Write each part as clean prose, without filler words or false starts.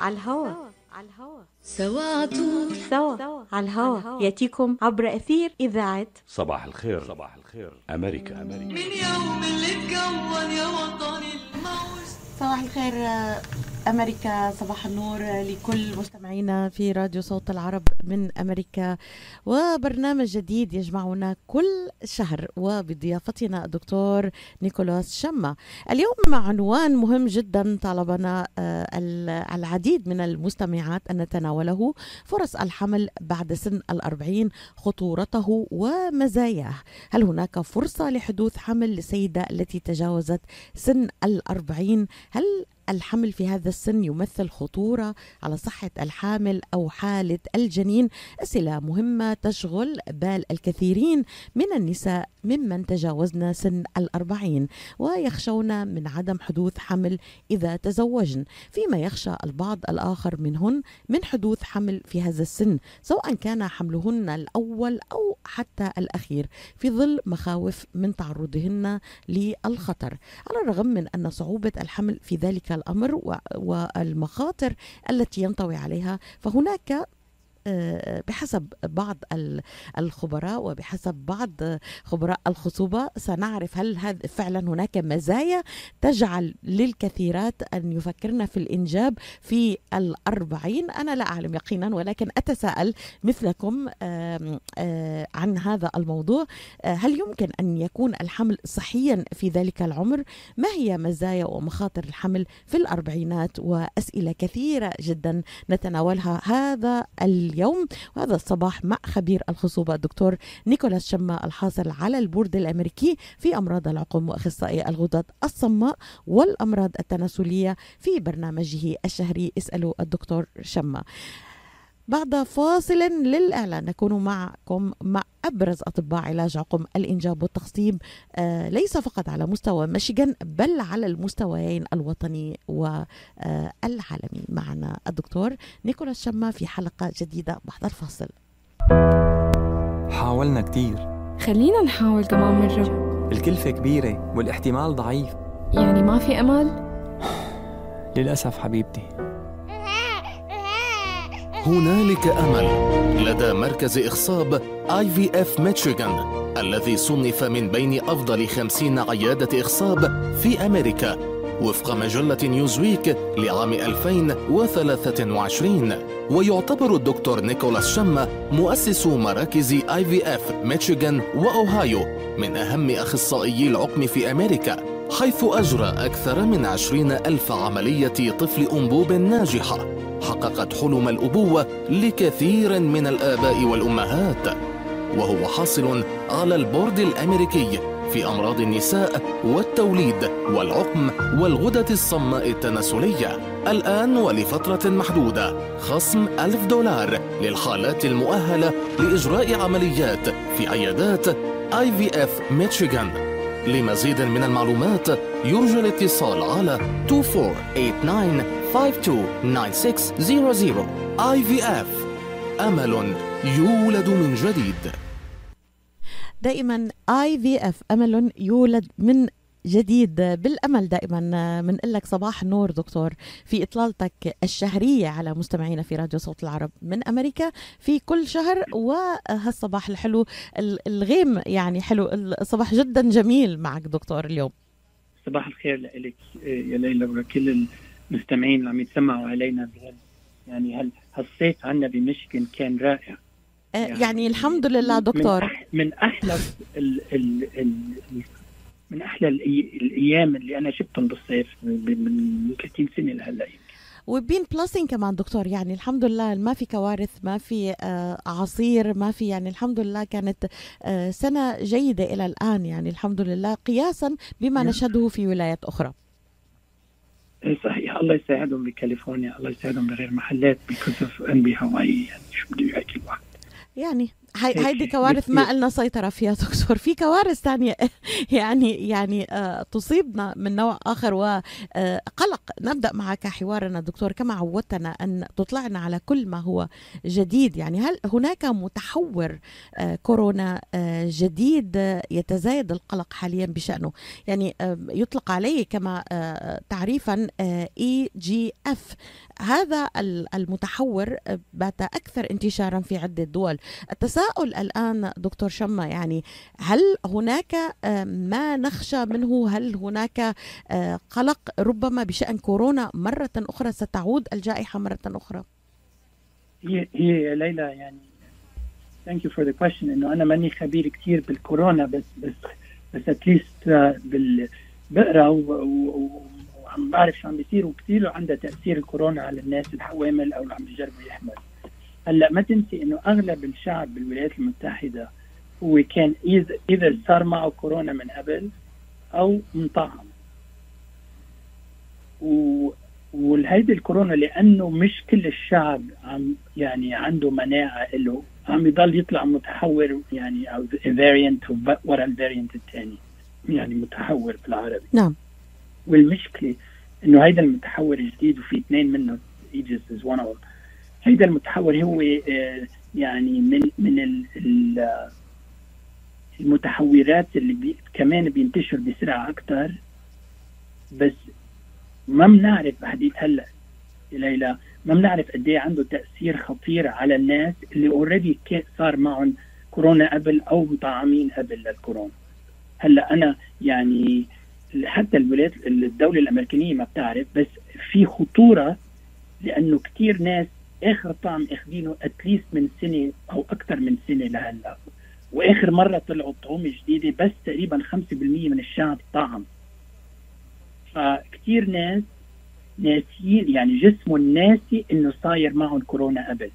على الهوا سوا على الهوا ياتيكم عبر أثير إذاعة صباح الخير أمريكا. من يوم اللي اتكون يا وطني الموج. صباح الخير أمريكا، صباح النور لكل مستمعينا في راديو صوت العرب من أمريكا، وبرنامج جديد يجمعنا كل شهر وبضيافتنا الدكتور نيكولاس شما. اليوم مع عنوان مهم جدا طالبنا العديد من المستمعات أن نتناوله: فرص الحمل بعد سن 40، خطورته ومزاياه. هل هناك فرصة لحدوث حمل للسيدة التي تجاوزت سن 40؟ هل الحمل في هذا السن يمثل خطورة على صحة الحامل أو حالة الجنين؟ أسئلة مهمة تشغل بال الكثيرين من النساء ممن تجاوزن سن 40 ويخشون من عدم حدوث حمل إذا تزوجن، فيما يخشى البعض الآخر منهن من حدوث حمل في هذا السن، سواء كان حملهن الأول أو حتى الأخير، في ظل مخاوف من تعرضهن للخطر. على الرغم من أن صعوبة الحمل في ذلك الأمر والمخاطر التي ينطوي عليها، فهناك بحسب بعض الخبراء وبحسب بعض خبراء الخصوبة سنعرف هل فعلا هناك مزايا تجعل للكثيرات أن يفكرن في الإنجاب في 40. أنا لا أعلم يقينا، ولكن أتساءل مثلكم عن هذا الموضوع. هل يمكن أن يكون الحمل صحيا في ذلك العمر؟ ما هي مزايا ومخاطر الحمل في 40؟ وأسئلة كثيرة جدا نتناولها هذا اليوم وهذا الصباح مع خبير الخصوبة الدكتور نيكولاس شما، الحاصل على البورد الأمريكي في أمراض العقم وأخصائي الغدد الصماء والأمراض التناسلية، في برنامجه الشهري اسألوا الدكتور شما. بعد فاصل للإعلان نكون معكم مع أبرز أطباء علاج عقم الإنجاب والتخصيب، ليس فقط على مستوى ميشيغان بل على المستويين الوطني والعالمي. معنا الدكتور نيكولاس شما في حلقة جديدة بعد الفاصل. حاولنا كتير، خلينا نحاول كمان مرة. الكلفة كبيرة والاحتمال ضعيف. يعني ما في أمل؟ للأسف حبيبتي. هنالك أمل لدى مركز إخصاب IVF ميشيغان، الذي صنف من بين أفضل 50 عيادة إخصاب في أمريكا وفق مجلة نيوزويك لعام 2023. ويعتبر الدكتور نيكولاس شما مؤسس مراكز IVF ميشيغان وأوهايو من أهم أخصائيي العقم في أمريكا، حيث أجرى أكثر من 20,000 عملية طفل أنبوب ناجحة حققت حلم الأبوة لكثير من الآباء والأمهات. وهو حاصل على البورد الأمريكي في أمراض النساء والتوليد والعقم والغدة الصماء التناسلية. الآن ولفترة محدودة خصم $1000 للحالات المؤهلة لإجراء عمليات في عيادات IVF ميشيغان. لمزيد من المعلومات يرجى الاتصال على 2489-529600. IVF، أمل يولد من جديد. دائما IVF أمل يولد من جديد. بالأمل دائما بنقول لك صباح النور دكتور في إطلالتك الشهرية على مستمعينا في راديو صوت العرب من أمريكا في كل شهر. وهالصباح الحلو الغيم يعني حلو، الصباح جدا جميل معك دكتور اليوم. صباح الخير لك يا ليلى وكل المستمعين اللي عم يتسمعوا علينا. يعني هالصيف عنا بمشكن كان رائع. يعني الحمد لله دكتور، من أحلى من أحلى الأيام اللي أنا شفتهم بالصيف من 30 سنة لهلا. وبين بلاسين كمان دكتور، يعني الحمد لله ما في كوارث، ما في عصير، ما في، يعني الحمد لله كانت سنة جيدة إلى الآن، يعني الحمد لله قياسا بما نشهده في ولايات أخرى. صحيح، الله يساعدهم بكاليفورنيا، الله يساعدهم بغير محلات بكوزف بهاواي. يعني شو بده يحكي الواحد، يعني هيدي كوارث ما قلنا سيطرة فيها دكتور. في كوارث تانية يعني تصيبنا من نوع آخر وقلق. نبدأ معك حوارنا دكتور، كما عودتنا أن تطلعنا على كل ما هو جديد. يعني هل هناك متحور كورونا جديد يتزايد القلق حاليا بشأنه؟ يعني يطلق عليه كما تعريفا EGF هذا المتحور بات أكثر انتشارا في عدة دول. التساؤل الآن دكتور شمة، يعني هل هناك ما نخشى منه؟ هل هناك قلق ربما بشأن كورونا مرة أخرى ستعود الجائحة مرة أخرى؟ هي ليلى، يعني thank you for the question. إنه أنا ماني خبير كتير بالكورونا، بس اتليست بقرا وعم بعرف شو عم بيصير، وكثير عنده تأثير الكورونا على الناس الحوامل أو اللي عم بيجربوا يحمل. هلا ما تنسي إنه أغلب الشعب بالولايات المتحدة هو كان إذا صار معه كورونا من قبل أو مطعم، والهيدي الكورونا لأنه مش كل الشعب عم يعني عنده مناعة له، عم يضل يطلع متحور، يعني أو variant ورا الفاريانت الثاني، يعني متحور بالعربي. نعم. والمشكلة إنه هيدا المتحور الجديد وفي اثنين منه، إيجيس is one of them. هيدا المتحور هو يعني من المتحورات اللي كمان بينتشر بسرعة أكتر، بس ما بنعرف بحديث هلا ليلى، ما بنعرف قد ايه عنده تأثير خطير على الناس اللي اوريدي صار معهم كورونا قبل او مطعمين قبل للكورونا. هلا انا يعني حتى الدولة الأمريكية ما بتعرف، بس في خطورة لأنه كتير ناس آخر طعم اخذينه اتليست من سنة أو أكثر من سنة لهلا، وآخر مرة طلعوا طعوم جديدة بس تقريبا 5% من الشعب طعم. فكتير ناس ناسيين، يعني جسمه ناسي إنه صاير معهم كورونا قبل.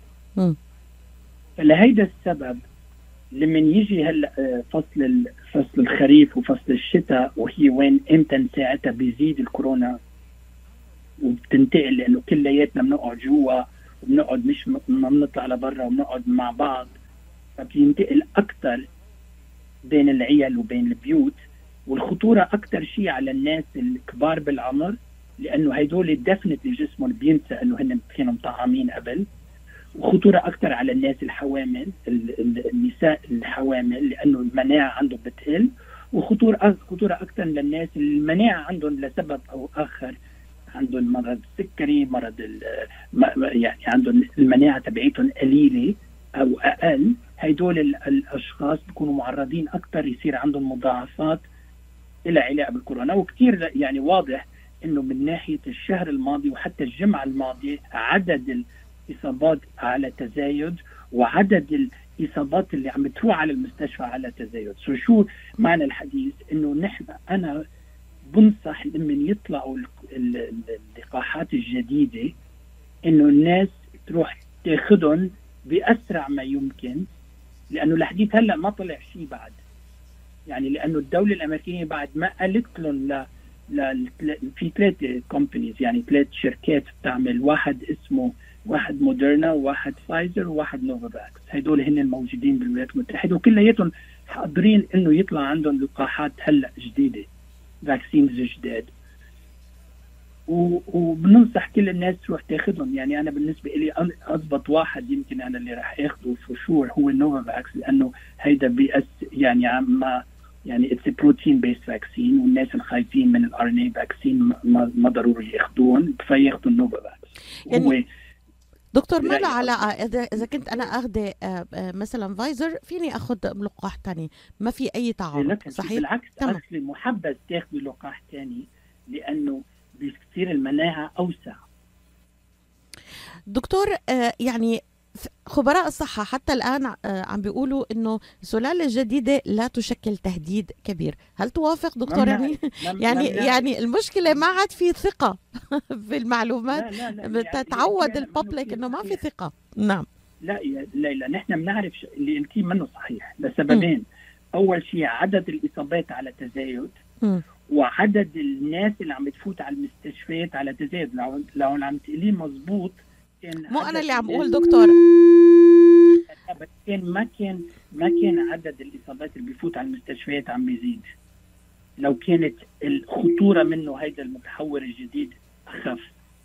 فلهيدا السبب لمن يجي هلا فصل الخريف وفصل الشتاء، وهي وين امتى ساعتها بيزيد الكورونا وبتنتقل، لانه كلياتنا بنقعد جوا وبنقعد مش ما بنطلع لبرا وبنقعد مع بعض، فبينتقل اكثر بين العيال وبين البيوت. والخطوره اكثر شيء على الناس الكبار بالعمر، لانه هيدول ديفنتلي جسمهم بينسى انه هن كانوا مطعمين قبل. وخطورة أكثر على الناس الحوامل، النساء الحوامل، لأنه المناعة عندهم بتقل. وخطورة أكثر للناس المناعة عندهم لسبب أو آخر، عندهم مرض السكري، مرض يعني عندهم المناعة تبعيتهم قليلة أو أقل. هيدول الأشخاص بيكونوا معرضين أكثر يصير عندهم مضاعفات إلى علاج بالكورونا. وكثير يعني واضح إنه من ناحية الشهر الماضي وحتى الجمعة الماضية عدد إصابات على تزايد، وعدد الإصابات اللي عم تروح على المستشفى على تزايد. شو معنى الحديث؟ إنه أنا بنصح لمن يطلعوا اللقاحات الجديدة إنه الناس تروح تاخدهم بأسرع ما يمكن، لأنه الحديث هلأ ما طلع شيء بعد، يعني لأنه الدولة الأمريكية بعد ما قالت لهم في 3 كومبانيز، يعني 3 شركات بتعمل، واحد موديرنا وواحد فايزر وواحد نوفافاكس. هدول هن الموجودين بالولايات المتحدة، وكلياتهم حاضرين انه يطلع عندهم لقاحات هلا جديدة، فاكسينز جداد. وبننصح كل الناس تروح تاخذهم. يعني انا بالنسبة لي اضبط واحد يمكن انا اللي راح اخذه فشور هو النوفافاكس، لانه هيدا يعني يعني اتس بروتين بيس فاكسين، والناس الخايفين من الار ان اي فاكسين ما ضروري ياخذون، فياخذوا النوفافاكس. يعني دكتور ما له علاقة إذا كنت أنا أخذ مثلا فايزر فيني أخذ لقاح تاني، ما في أي تعارض، صحيح؟ بالعكس، أصلي محبذ تاخذ لقاح تاني لأنه بيصير المناعة أوسع. دكتور يعني خبراء الصحة حتى الآن عم بيقولوا إنه السلالة الجديدة لا تشكل تهديد كبير. هل توافق دكتور؟ يعني المشكلة ما عاد في ثقة في المعلومات، بتتعود الببليك إنه ما في ثقة. نعم. لا نحن بنعرف اللي قلتيه منه صحيح لسببين. أول شيء عدد الإصابات على تزايد، وعدد الناس اللي عم تفوت على المستشفيات على تزايد. لو عم تقولي مزبوط، مو أنا اللي عم أقول دكتور، ما كان عدد الإصابات اللي بيفوت على المستشفيات عم بيزيد. لو كانت الخطورة منه هيدا المتحور الجديد أخف.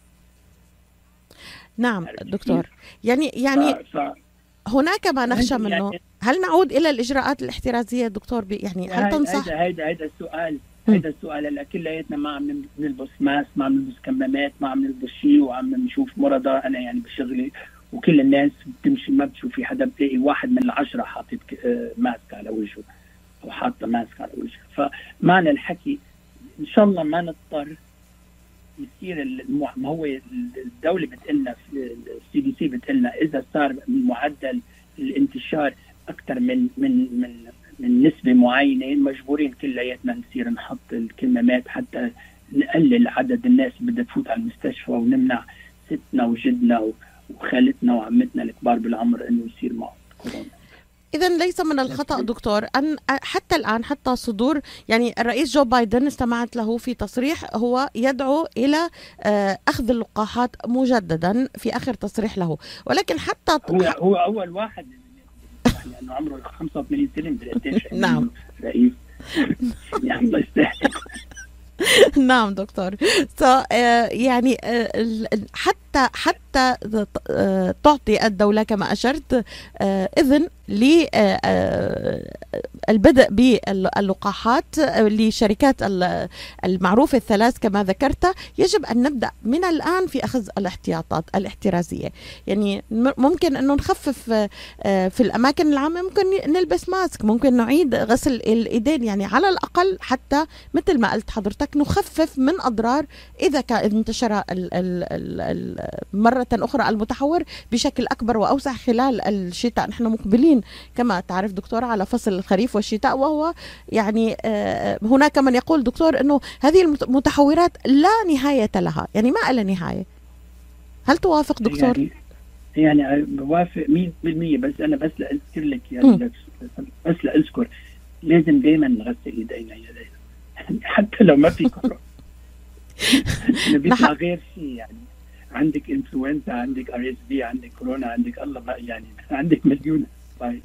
نعم دكتور، يعني هناك ما نخشى منه. هل نعود إلى الإجراءات الاحترازية دكتور؟ يعني هل تنصح؟ هيدا السؤال هذا السؤال. هلا كلياتنا ما عم نلبس ماسك، ما عم نلبس كمامات، ما عم نلبس شيء، وعم نشوف مرضى. انا يعني بشغلي وكل الناس بتمشي ما بتشوفي حدا، بتلاقي واحد من 10 حاطط ماسك على وجهه او حاطه ماسك على وجهه. فمعنى الحكي ان شاء الله ما نضطر يصير ما هو الدوله بتقلنا، السي دي سي بتقلنا اذا صار معدل الانتشار اكثر من نسبه معينه مجبورين كلياتنا نصير نحط الكمامات حتى نقلل عدد الناس اللي بدها تفوت على المستشفى، ونمنع ستنا وجدنا وخالتنا وعمتنا الكبار بالعمر انه يصير معهم كورونا. إذن ليس من الخطأ دكتور أن حتى الآن حتى صدور يعني الرئيس جو بايدن استمعت له في تصريح هو يدعو إلى أخذ اللقاحات مجددا في آخر تصريح له، ولكن حتى هو أول واحد لأنه عمره 85 سنة. نعم رئيس يعني الله يستاهل. نعم دكتور. يعني حتى تعطي الدولة كما أشرت إذن للبدء باللقاحات لشركات المعروفة الثلاث كما ذكرت، يجب أن نبدأ من الآن في أخذ الاحتياطات الاحترازية. يعني ممكن أنه نخفف في الأماكن العامة، ممكن نلبس ماسك، ممكن نعيد غسل الإيدين، يعني على الأقل حتى مثل ما قلت حضرتك نخفف من أضرار إذا كان انتشر مرة أخرى المتحور بشكل أكبر وأوسع خلال الشتاء. نحن مقبلين كما تعرف دكتور على فصل الخريف والشتاء، وهو يعني هناك من يقول دكتور أنه هذه المتحورات لا نهاية لها، يعني ما لها نهاية. هل توافق دكتور؟ يعني بوافق 100%، بس أنا بس لأذكر لك يعني بس لأذكر لازم دايما نغسل إيدينا حتى لو ما في كورونا. بيطلع غير شيء، يعني عندك انفلونزا، عندك RSV، عندك كورونا، عندك الله ما يعني عندك مليون فايروس.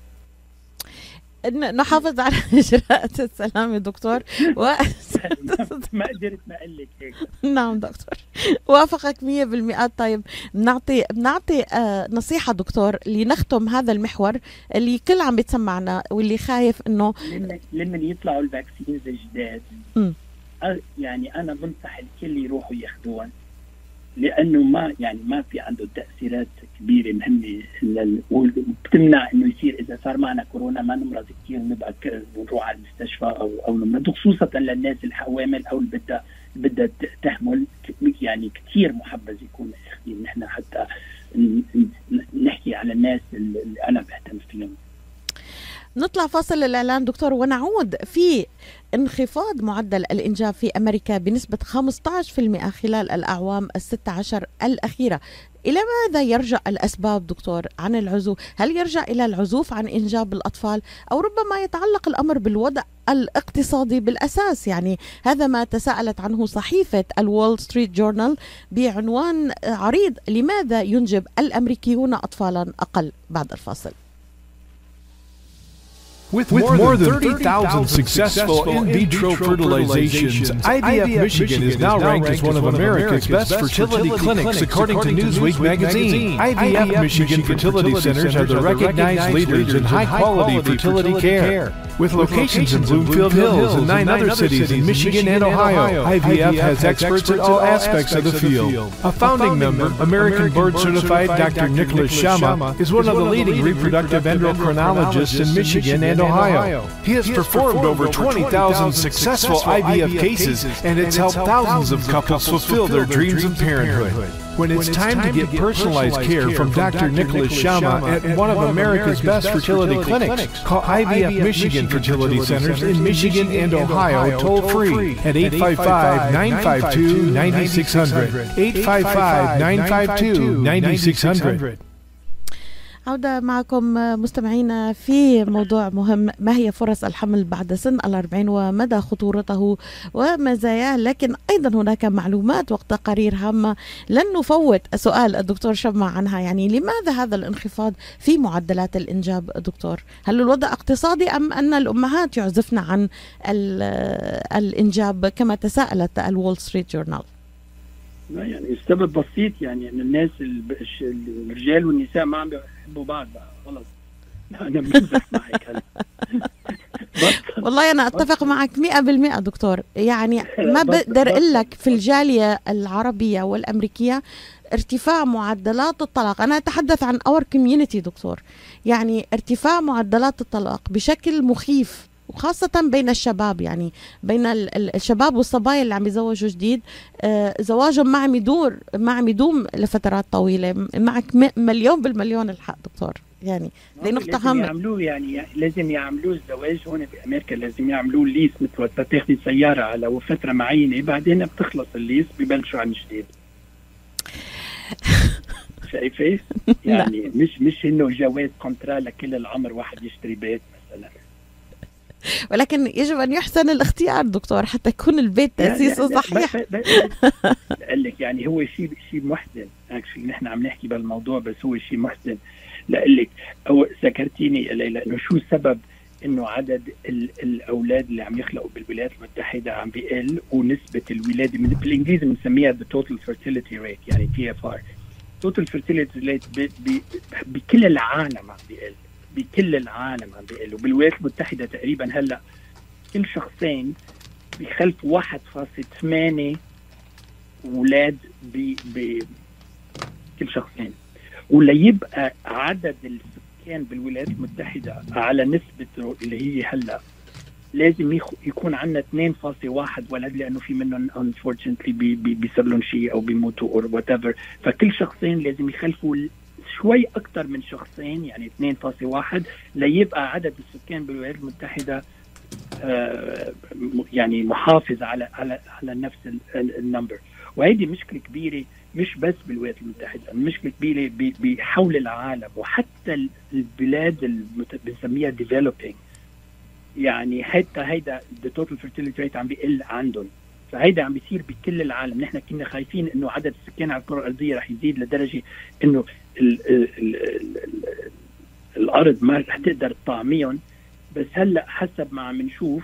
نحافظ على إجراءات السلامة دكتور ما قدرت ما أقول لك هيك. نعم دكتور، وافقك 100%. طيب بنعطي نصيحة دكتور لنختم هذا المحور اللي كل عم بتسمعنا واللي خايف إنه لما يطلعوا الفاكسينز الجداد يعني أنا بنصح الكل يروحوا ياخدوها، لأنه ما في عنده تأثيرات كبيرة مهمة وبتمنع إنه يصير إذا صار معنا كورونا ما نمرض كثير ونبقى نروح على المستشفى أو نمرض، خصوصا للناس الحوامل أو اللي بدها تحمل. يعني كثير محبذ يكون ياخدين نحن حتى نحكي على الناس اللي أنا بهتم فيهم. نطلع فاصل الإعلان دكتور ونعود. في انخفاض معدل الإنجاب في أمريكا بنسبة 15% خلال الأعوام 16 الأخيرة. إلى ماذا يرجع الأسباب دكتور عن العزوف؟ هل يرجع إلى العزوف عن إنجاب الأطفال، أو ربما يتعلق الأمر بالوضع الاقتصادي بالأساس؟ يعني هذا ما تساءلت عنه صحيفة الوول ستريت جورنال بعنوان عريض: لماذا ينجب الأمريكيون أطفالا أقل؟ بعد الفاصل. With more than 30,000 successful in vitro fertilizations, IVF Michigan is now ranked as one of America's best fertility clinics according to Newsweek magazine. IVF Michigan fertility centers are the recognized leaders in high-quality fertility care. With locations in Bloomfield Hills and 9 other cities in Michigan and Ohio, IVF has experts in all aspects of the field. A founding member, American board-certified Dr. Nicholas Shama, is one of the leading reproductive endocrinologists in Michigan and Ohio. He has performed over 20,000 successful IVF cases, and it's helped thousands of couples fulfill their dreams of parenthood. When it's time to get personalized care from Dr. Nicholas Shama at one of America's best fertility clinics, call IVF Michigan Fertility Centers in Michigan and Ohio toll-free at 855-952-9600, 855-952-9600. عودة معكم مستمعينا في موضوع مهم: ما هي فرص الحمل بعد سن 40 ومدى خطورته ومزاياه. لكن أيضا هناك معلومات وتقارير هامة لن نفوت سؤال الدكتور شمع عنها. يعني لماذا هذا الانخفاض في معدلات الإنجاب دكتور؟ هل الوضع اقتصادي أم أن الأمهات يعزفن عن الإنجاب كما تساءلت الوول ستريت جورنال؟ يعني السبب بسيط، يعني ان الناس الرجال والنساء ما عم بيحبوا بعض بقى خلص. انا بمزح معك هلا. والله أنا أتفق معك 100% دكتور. يعني ما بقدر أقول لك في الجالية العربية والأمريكية ارتفاع معدلات الطلاق، أنا أتحدث عن our community دكتور، يعني ارتفاع معدلات الطلاق بشكل مخيف، وخاصة بين الشباب، يعني بين الشباب والصبايا اللي عم يزوجوا جديد، زواجهم ما عم يدوم لفترات طويلة. معك مليون بالمليون الحق دكتور. يعني دي نقطة هامة. لازم يعملوا الزواج هون بأمريكا، لازم يعملوا ليس مثل تاخذي سيارة على فترة معينة، بعدين بتخلص الليس ببلشوا عن جديد. شايفة؟ يعني مش إنه جواز كونترا لكل العمر واحد يشتري بيت مثلا. ولكن يجب أن يحسن الاختيار دكتور حتى يكون البيت تأسيسه صحيح. قال لك يعني هو شيء محزن. نحن عم نحكي بالموضوع بس هو شيء محزن. لقل لك أو ذكرتيني ليلى إنه شو السبب إنه عدد الأولاد اللي عم يخلقوا بالولايات المتحدة عم بيقل، ونسبة الولادة بالإنجليزي بنسميها the total fertility rate يعني TFR. total fertility rate بكل العالم عم بيقل، بكل العالم عم بيقل. وبالولايات المتحدة تقريبا هلا كل شخصين بيخلفوا 1.8 أولاد كل شخصين. وليبقى عدد السكان بالولايات المتحدة على نسبة اللي هي هلا لازم يكون عندنا 2.1 ولد، لأنه في منهم unfortunately بيصير لهم شيء أو بيموتوا or whatever. فكل شخصين لازم يخلفوا شوي أكتر من شخصين، يعني 2.1 ليبقى عدد السكان بالولايات المتحدة يعني محافظ على نفس النمبر. وهذه مشكلة كبيرة مش بس بالولايات المتحدة، مشكلة كبيرة بحول العالم، وحتى البلاد بنسميها developing. يعني حتى هيدا the total fertility rate عم بيقل عندهم. فهيدا عم بيصير بكل العالم. نحن كنا خايفين انه عدد السكان على الكرة الأرضية رح يزيد لدرجة انه الارض ما رح تقدر تطعميهم، بس هلا حسب ما عم نشوف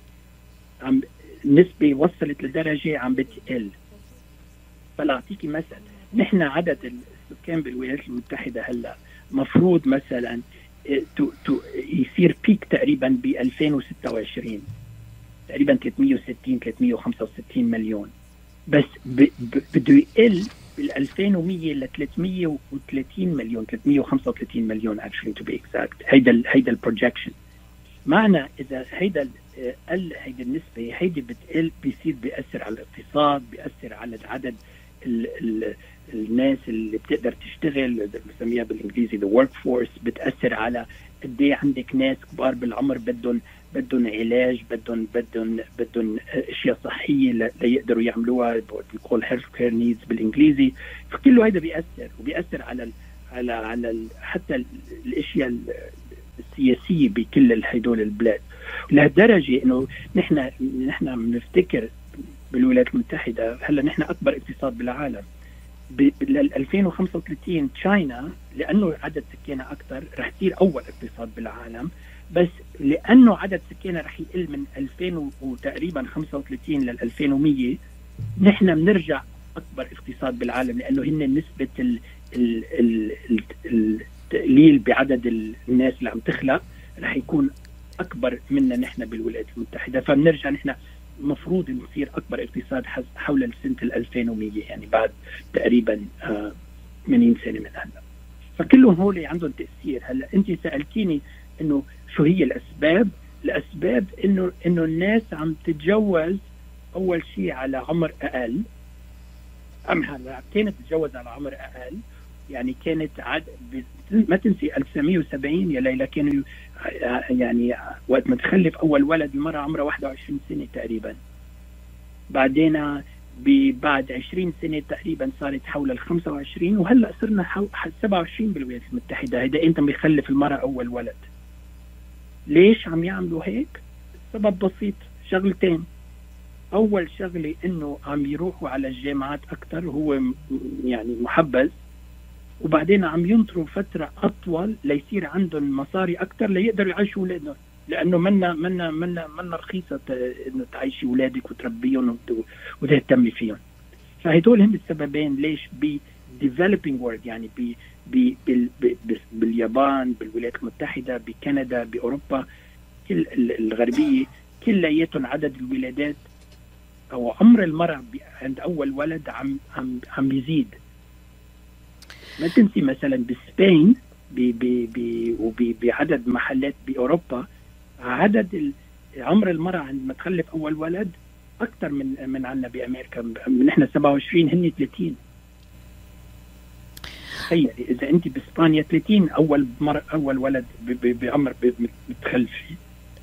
النسبة وصلت لدرجة عم بتقل. فلأعطيكي مثل، نحن عدد السكان بالولايات المتحدة هلا مفروض مثلا يصير بيك تقريبا ب 2026 تقريبا 365 مليون، بس بده يقل بال 2100 ل 330 مليون 335 مليون actually to be exact. هيدا البروجكشن. معنى اذا هيدا قل هيدي النسبة، هيدي بتقل بيصير بيأثر على الاقتصاد، بيأثر على عدد الناس اللي بتقدر تشتغل، بسميها بالانجليزي the workforce. بتأثر على قد ايه عندك ناس كبار بالعمر بدهم علاج، بدهم اشياء صحيه ليقدروا يعملوها، بنقول health care needs بالانجليزي. فكله هذا بيأثر على حتى الاشياء السياسيه بكل هدول البلاد. لهالدرجه انه نحن بنفتكر بالولايات المتحدة هلا نحن أكبر اقتصاد بالعالم. بال 2035 تشاينا لأنه عدد سكانها أكثر رح تصير أول اقتصاد بالعالم، بس لأنه عدد سكانها رح يقل من 2000 وتقريبا 35 لل 2100 نحن بنرجع أكبر اقتصاد بالعالم، لأنه هن نسبة التقليل بعدد الناس اللي عم تخلق رح يكون أكبر منا نحن بالولايات المتحدة. فبنرجع نحن مفروض نصير أكبر اقتصاد حول سنة 2100، يعني بعد تقريبا 80 سنة من هلا. فكلهم هول عندهم تأثير. هلا أنت سألتيني إنه شو هي الأسباب إنه الناس عم تتجوز أول شيء على عمر أقل. كانت تتجوز على عمر أقل، يعني كانت ما تنسي 1970 يا ليلى كانوا يعني وقت ما تخلف أول ولد المرأة عمرها 21 سنة تقريبا، بعدين بعد 20 سنة تقريبا صارت حول 25، وهلأ صرنا 27 بالولايات المتحدة. هيدا أنت بيخلف المرأة أول ولد. ليش عم يعملوا هيك؟ سبب بسيط، شغلتين. أول شغلة إنه عم يروحوا على الجامعات أكتر، هو يعني محبذ، وبعدين عم ينطروا فترة أطول ليصير عندهم مصاري أكتر ليقدروا يعيشوا أولادهم، لأنه منا رخيصة إنه تعيشي أولادك وتربيهم وتهتمي فيهم. فهدول هم السببين ليش developing world، يعني باليابان، بالولايات المتحدة، بكندا، بأوروبا كل الغربيه كلياتهم عدد الولادات او عمر المراه عند اول ولد عم بيزيد. ما تنسي مثلا بسبين بعدد محلات باوروبا عدد عمر المراه عندما تخلف اول ولد اكثر من عندنا بامريكا. من احنا 27 هن 30. تخيلي اذا انت باسبانيا 30 اول ولد بعمر بتخلفي.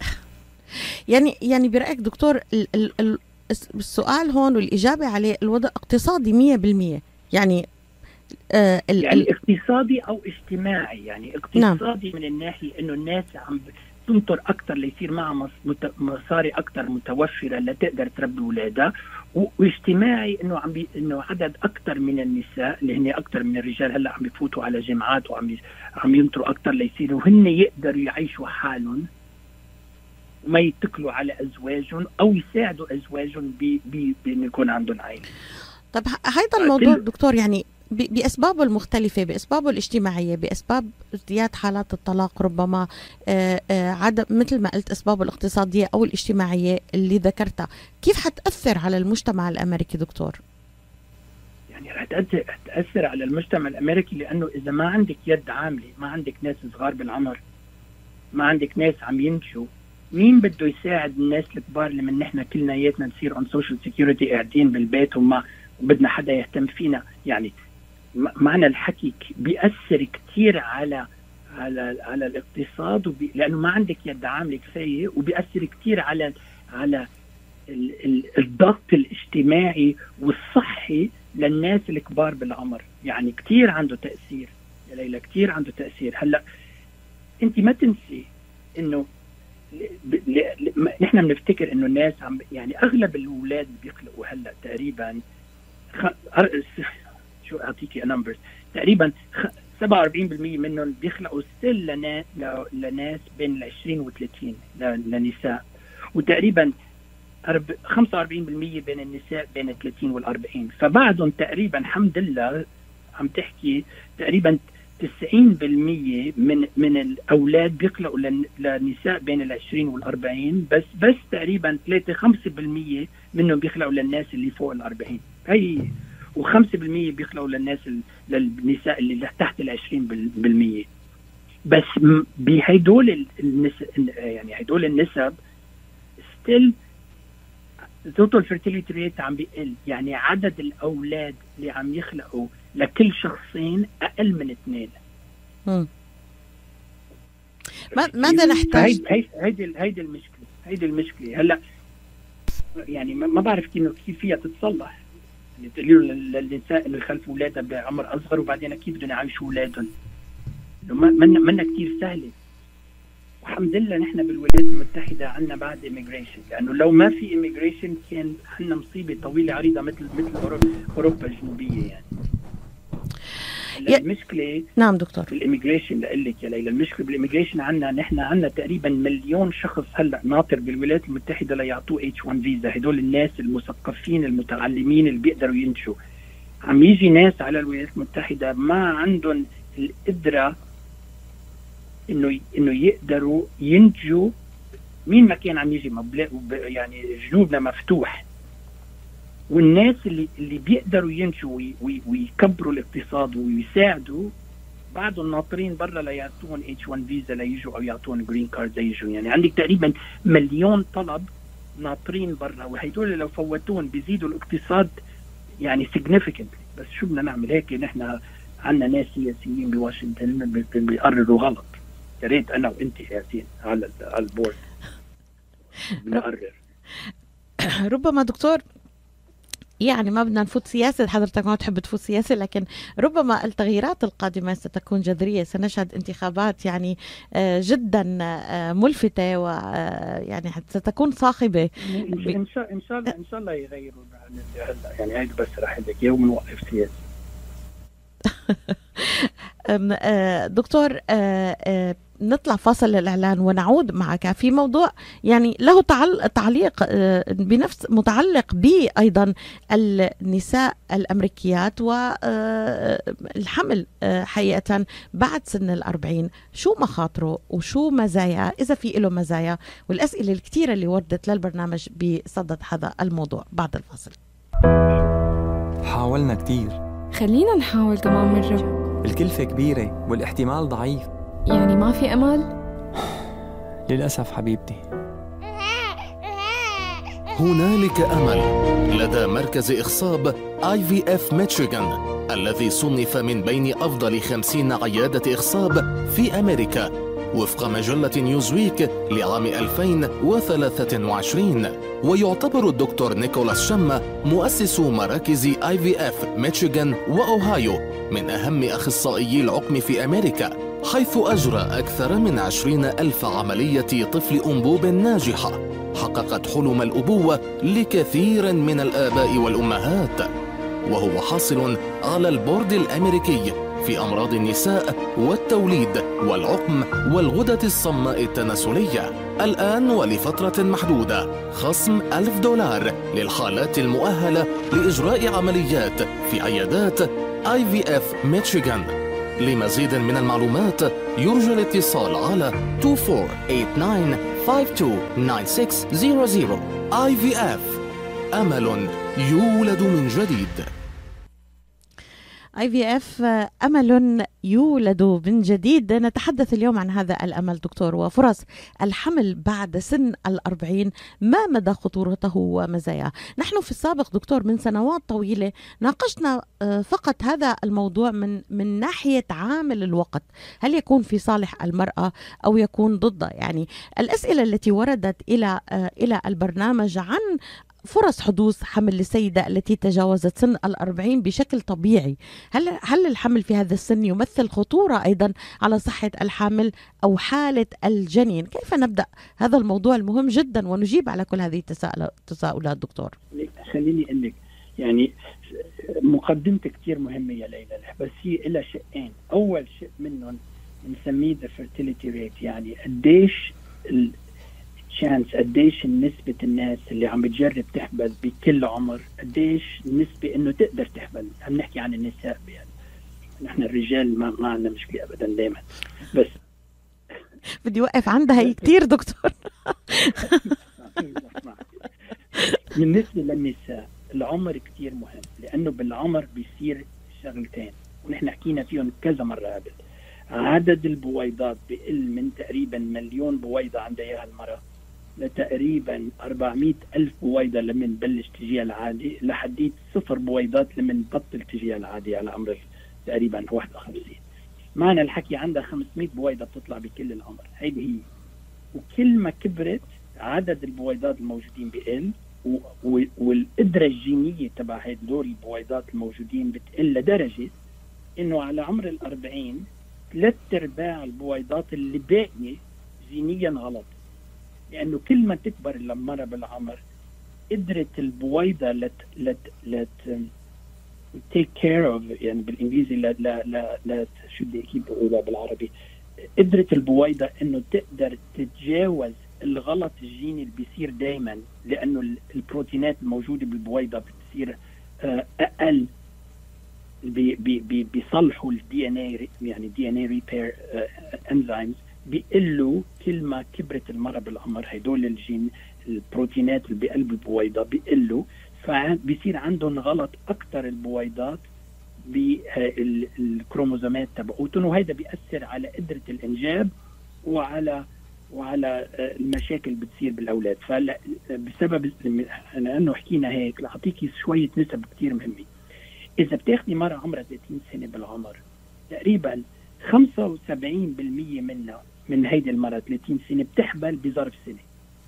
يعني برايك دكتور السؤال هون والاجابه عليه الوضع اقتصادي 100%. يعني يعني اقتصادي او اجتماعي. يعني اقتصادي من الناحيه انه الناس عم تنطر اكثر ليصير معها مصاري اكثر متوفره لتقدر تربي اولادها، واجتماعي انه انه عدد اكثر من النساء اللي هن اكثر من الرجال هلا عم بفوتوا على جامعات وعم ينطروا اكثر ليصيروا هن يقدروا يعيشوا حالهم وما يتكلوا على ازواجهم او يساعدوا ازواجهم بان يكون عندهم عائله. طب هيدا الموضوع دكتور يعني بأسبابه المختلفة، بأسبابه الاجتماعية، بأسباب ازدياد حالات الطلاق، ربما عدم مثل ما قلت أسبابه الاقتصادية أو الاجتماعية اللي ذكرتها، كيف حتأثر على المجتمع الأمريكي دكتور؟ يعني رح تأثر على المجتمع الأمريكي لأنه إذا ما عندك يد عاملة، ما عندك ناس صغار بالعمر، ما عندك ناس عم ينشوا، مين بده يساعد الناس الكبار اللي من نحن كلناياتنا نصير on social security قاعدين بالبيت وبدنا حدا يهتم فينا؟ يعني معنى الحكي بيأثر كتير على الاقتصاد لأنه ما عندك يد عاملة كفاية، وبيأثر كتير على الضغط الاجتماعي والصحي للناس الكبار بالعمر. يعني كتير عنده تأثير يا ليلى، كتير عنده تأثير. هلأ انت ما تنسي انه نحن بنفتكر انه الناس يعني اغلب الاولاد بيخلقوا هلا تقريبا شو اعطيكي نمبرز، تقريبا 47% منهم بيخلقوا ستيل لناس بين ال20 و30 لنساء، وتقريبا 45% بين النساء بين ال30 وال40. فبعدهم تقريبا الحمد لله عم تحكي تقريبا 90% من الاولاد بيخلقوا لنساء بين ال20 وال40، بس تقريبا 3-5% منهم بيخلقوا للناس اللي فوق ال40 هي، و5% بيخلقوا للنساء اللي تحت ال20%. بس بهدول يعني هدول النسب ستيل total fertility rate عم بيقل. يعني عدد الاولاد اللي عم يخلقوا لكل شخصين اقل من 2. ماذا نحتاج؟ هيدي المشكله هلا. يعني ما بعرف كيف فيها تتصلح. يعني تقولوا للنساء انه يخلفوا اولادها بعمر اصغر وبعدين اكيد بدهم يعيشوا اولادهم. منا كثير سهله. الحمد لله نحن بالولايات المتحده عندنا بعد immigration، لانه لو ما في immigration كان عندنا مصيبه طويله عريضه مثل اوروبا الجنوبيه. يعني المشكله نعم دكتور بالإيميجريشن. لأقول لك يا ليلى، المشكله بالإيميجريشن نحن عندنا تقريبا 1,000,000 شخص هلا ناطر بالولايات المتحده ليعطوه H1 فيزا. هدول الناس المثقفين المتعلمين اللي بيقدروا ينشوا. عم يجي ناس على الولايات المتحده ما عندهم القدره انه يقدروا ينتجوا. مين ما كان عم يجي يعني جنوبنا مفتوح، والناس اللي بيقدروا ينشوا ويكبروا الاقتصاد ويساعدوا بعضهم ناطرين برا ليعطون H1 فيزا ليجوا او يعطون جرين كارد ليجوا. يعني عندك تقريبا 1,000,000 طلب ناطرين برا، وهيدول لو فوتون بيزيدوا الاقتصاد يعني significantly. بس شو بدنا نعمل؟ هيك نحن عندنا ناس سياسيين بواشنطن بيقرروا غلط. يا ريت انا وانت ياسين على البورد بنقرر. ربما دكتور يعني ما بدنا نفوت سياسة، حضرتك ما تحب تفوت سياسة، لكن ربما التغييرات القادمة ستكون جذرية. سنشهد انتخابات يعني جدا ملفتة، ويعني ستكون صاخبة. ان شاء الله يغيروا يعني هيدا بس راح لك يوم نوقف سياسة. دكتور نطلع فاصل الإعلان ونعود معك في موضوع يعني له تعليق بنفس متعلق به أيضا النساء الأمريكيات والحمل حقيقة بعد سن 40. شو مخاطره وشو مزايا إذا في له مزايا، والأسئلة الكثيرة اللي وردت للبرنامج بصدد هذا الموضوع بعد الفاصل. حاولنا كتير، خلينا نحاول كمان مرة. الكلفة كبيرة والاحتمال ضعيف. يعني ما في أمل؟ للأسف حبيبتي. هنالك أمل لدى مركز إخصاب IVF ميشيغان الذي صنف من بين أفضل 50 عيادة إخصاب في أمريكا وفق مجلة نيوزويك لعام 2023. ويعتبر الدكتور نيكولاس شما مؤسس مراكز IVF ميشيغان وأوهايو من أهم أخصائيي العقم في أمريكا، حيث أجرى أكثر من 20,000 عملية طفل أنبوب ناجحة حققت حلم الأبوة لكثير من الآباء والأمهات. وهو حاصل على البورد الأمريكي في أمراض النساء والتوليد والعقم والغدة الصماء التناسلية. الآن ولفترة محدودة خصم $1000 للحالات المؤهلة لإجراء عمليات في عيادات IVF ميشيغان. لمزيد من المعلومات يرجى الاتصال على 2489529600. IVF أمل يولد من جديد. IVF أمل يولد من جديد. نتحدث اليوم عن هذا الأمل دكتور وفرص الحمل بعد سن 40، ما مدى خطورته ومزاياه. نحن في السابق دكتور من سنوات طويلة ناقشنا فقط هذا الموضوع من ناحية عامل الوقت، هل يكون في صالح المرأة أو يكون ضده. يعني الأسئلة التي وردت إلى البرنامج عن فرص حدوث حمل للسيدة التي تجاوزت سن 40 بشكل طبيعي، هل الحمل في هذا السن يمثل خطورة أيضا على صحة الحامل أو حالة الجنين؟ كيف نبدأ هذا الموضوع المهم جدا ونجيب على كل هذه التساؤلات دكتور؟ خليني أقول لك يعني مقدمتك كتير مهمة يا ليلى، بس هي إلى شقين. أول شيء منهم نسميه the fertility rate، يعني قديش chance، قديش نسبة الناس اللي عم بتجرب تحبل بكل عمر، قديش نسبة انه تقدر تحبل. عم نحكي عن النساء، يعني نحن الرجال ما عندنا مشكلة ابدا دائما، بس بدي وقف عندها هي كتير دكتور. بالنسبة للنساء العمر كتير مهم، لانه بالعمر بيصير شغلتين ونحن حكينا فيهم كذا مرة قبل. عدد البويضات بقل من تقريبا 1,000,000 بويضة عندها اياها المرأة لتقريبا 400,000 بويضة لمن بلش تجيها العادي لحديت 0 بويضات لمن بطل تجيها العادي على عمر تقريبا 51. معنى الحكي عندها 500 بويضة بتطلع بكل العمر، هيدي هي. وكل ما كبرت عدد البويضات الموجودين بقل والقدرة الجينية تبع هدول البويضات الموجودين بتقل لدرجة انه على عمر 40 3/4 البويضات اللي باقية جينيا غلط، لأنه كل ما تكبر المرأة بالعمر قدرت البويضة لت take care of، يعني بالإنجليزي لا شو بدي كيف بقولها بالعربي، قدرت البويضة إنه تقدر تتجاوز الغلط الجيني اللي بيصير دائما، لأنه البروتينات الموجودة بالبويضة بتصير أقل، بيصلحوا الدي ان اي، يعني دي ان اي ريبير انزيمز بيقلوا كل ما كبرت المرأة بالعمر. هدول الجين البروتينات اللي بقلب البويضة بيقلوا، فبيصير عندهم غلط أكتر البويضات بالكروموزومات تبعوتهم، وهذا بيأثر على قدرة الإنجاب وعلى المشاكل بتصير بالأولاد. فهلا بسبب لأنه حكينا هيك لأعطيكي شوية نسب كتير مهمة. إذا بتاخدي مرة عمرها 30 سنة بالعمر تقريبا 75% منها من هيدي المرة 30 سنة بتحبل بظرف سنة.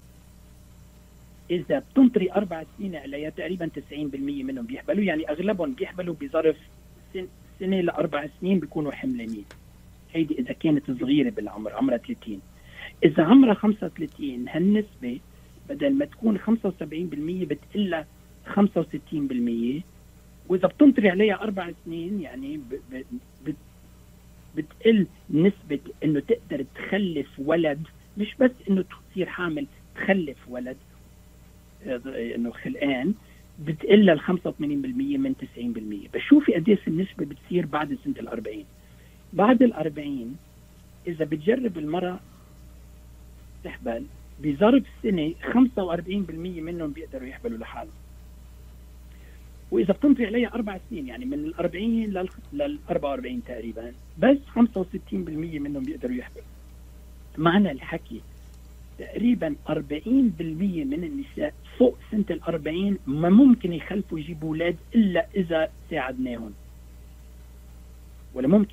إذا بتنطري 4 سنين عليها تقريبا 90% منهم بيحبلوا، يعني أغلبهم بيحبلوا بظرف سنة ل4 سنين بيكونوا حملانين. هيدي إذا كانت صغيرة بالعمر عمرها 30. إذا عمرها 35 هالنسبة بدل ما تكون 75% بتقلها 65%، وإذا بتنطري عليها 4 سنين يعني بتقل نسبة إنه تقدر تخلف ولد، مش بس انه تصير حامل تخلف ولد انه خلقان، بتقل ل 85% من 90%. بس شوفي قديش النسبة بتصير بعد سنة 40. بعد 40 إذا بتجرب المرأة تحبل بظرف سنة 45% منهم بيقدروا يحبلوا لحالهم. وإذا بتنطي عليها 4 سنين، يعني من 40 لل 44 تقريبا، بس 65% منهم بيقدروا يحبلوا. معنى الحكي تقريبا 40% من النساء فوق سنة 40 ما ممكن يخلفوا يجيبوا أولاد إلا إذا ساعدناهم، ولا ممكن.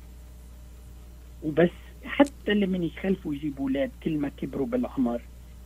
وبس حتى اللي من يخلفوا يجيبوا أولاد كل ما كبروا بالعمر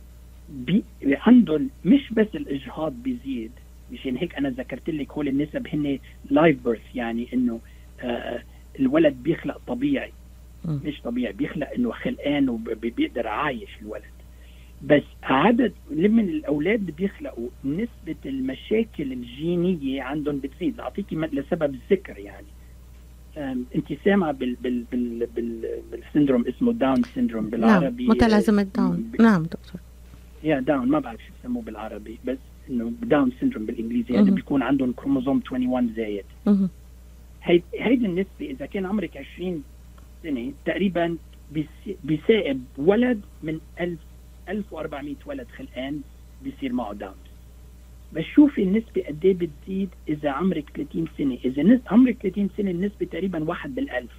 عندهم مش بس الإجهاض بيزيد. مشان هيك أنا ذكرت لك هول النسب هن لايف بيرث، يعني إنه الولد بيخلق طبيعي مش طبيعي، بيخلق إنه خلقان وبيقدر عايش الولد. بس عدد من الأولاد اللي بيخلقوا نسبة المشاكل الجينية عندهم بتزيد. أعطيكي لسبب الذكر، يعني انت سامعه بالسندروم اسمه داون سندروم بالعربي. نعم، متلازمه داون. نعم دكتور. يا داون، ما بعرف شو بسموه بالعربي، بس انه داون سندروم بالانجليزي. هذا بيكون عندهم كروموزوم 21 زايد. هيدي النسبه اذا كان عمرك 20 سنه تقريبا بيساعد ولد من 1400 ولد خلقان بيصير معه داون. بس شوفي النسبة قد ايه بتزيد إذا عمرك 30 سنة. إذا عمرك 30 سنة النسبة تقريبا 1 بال1000،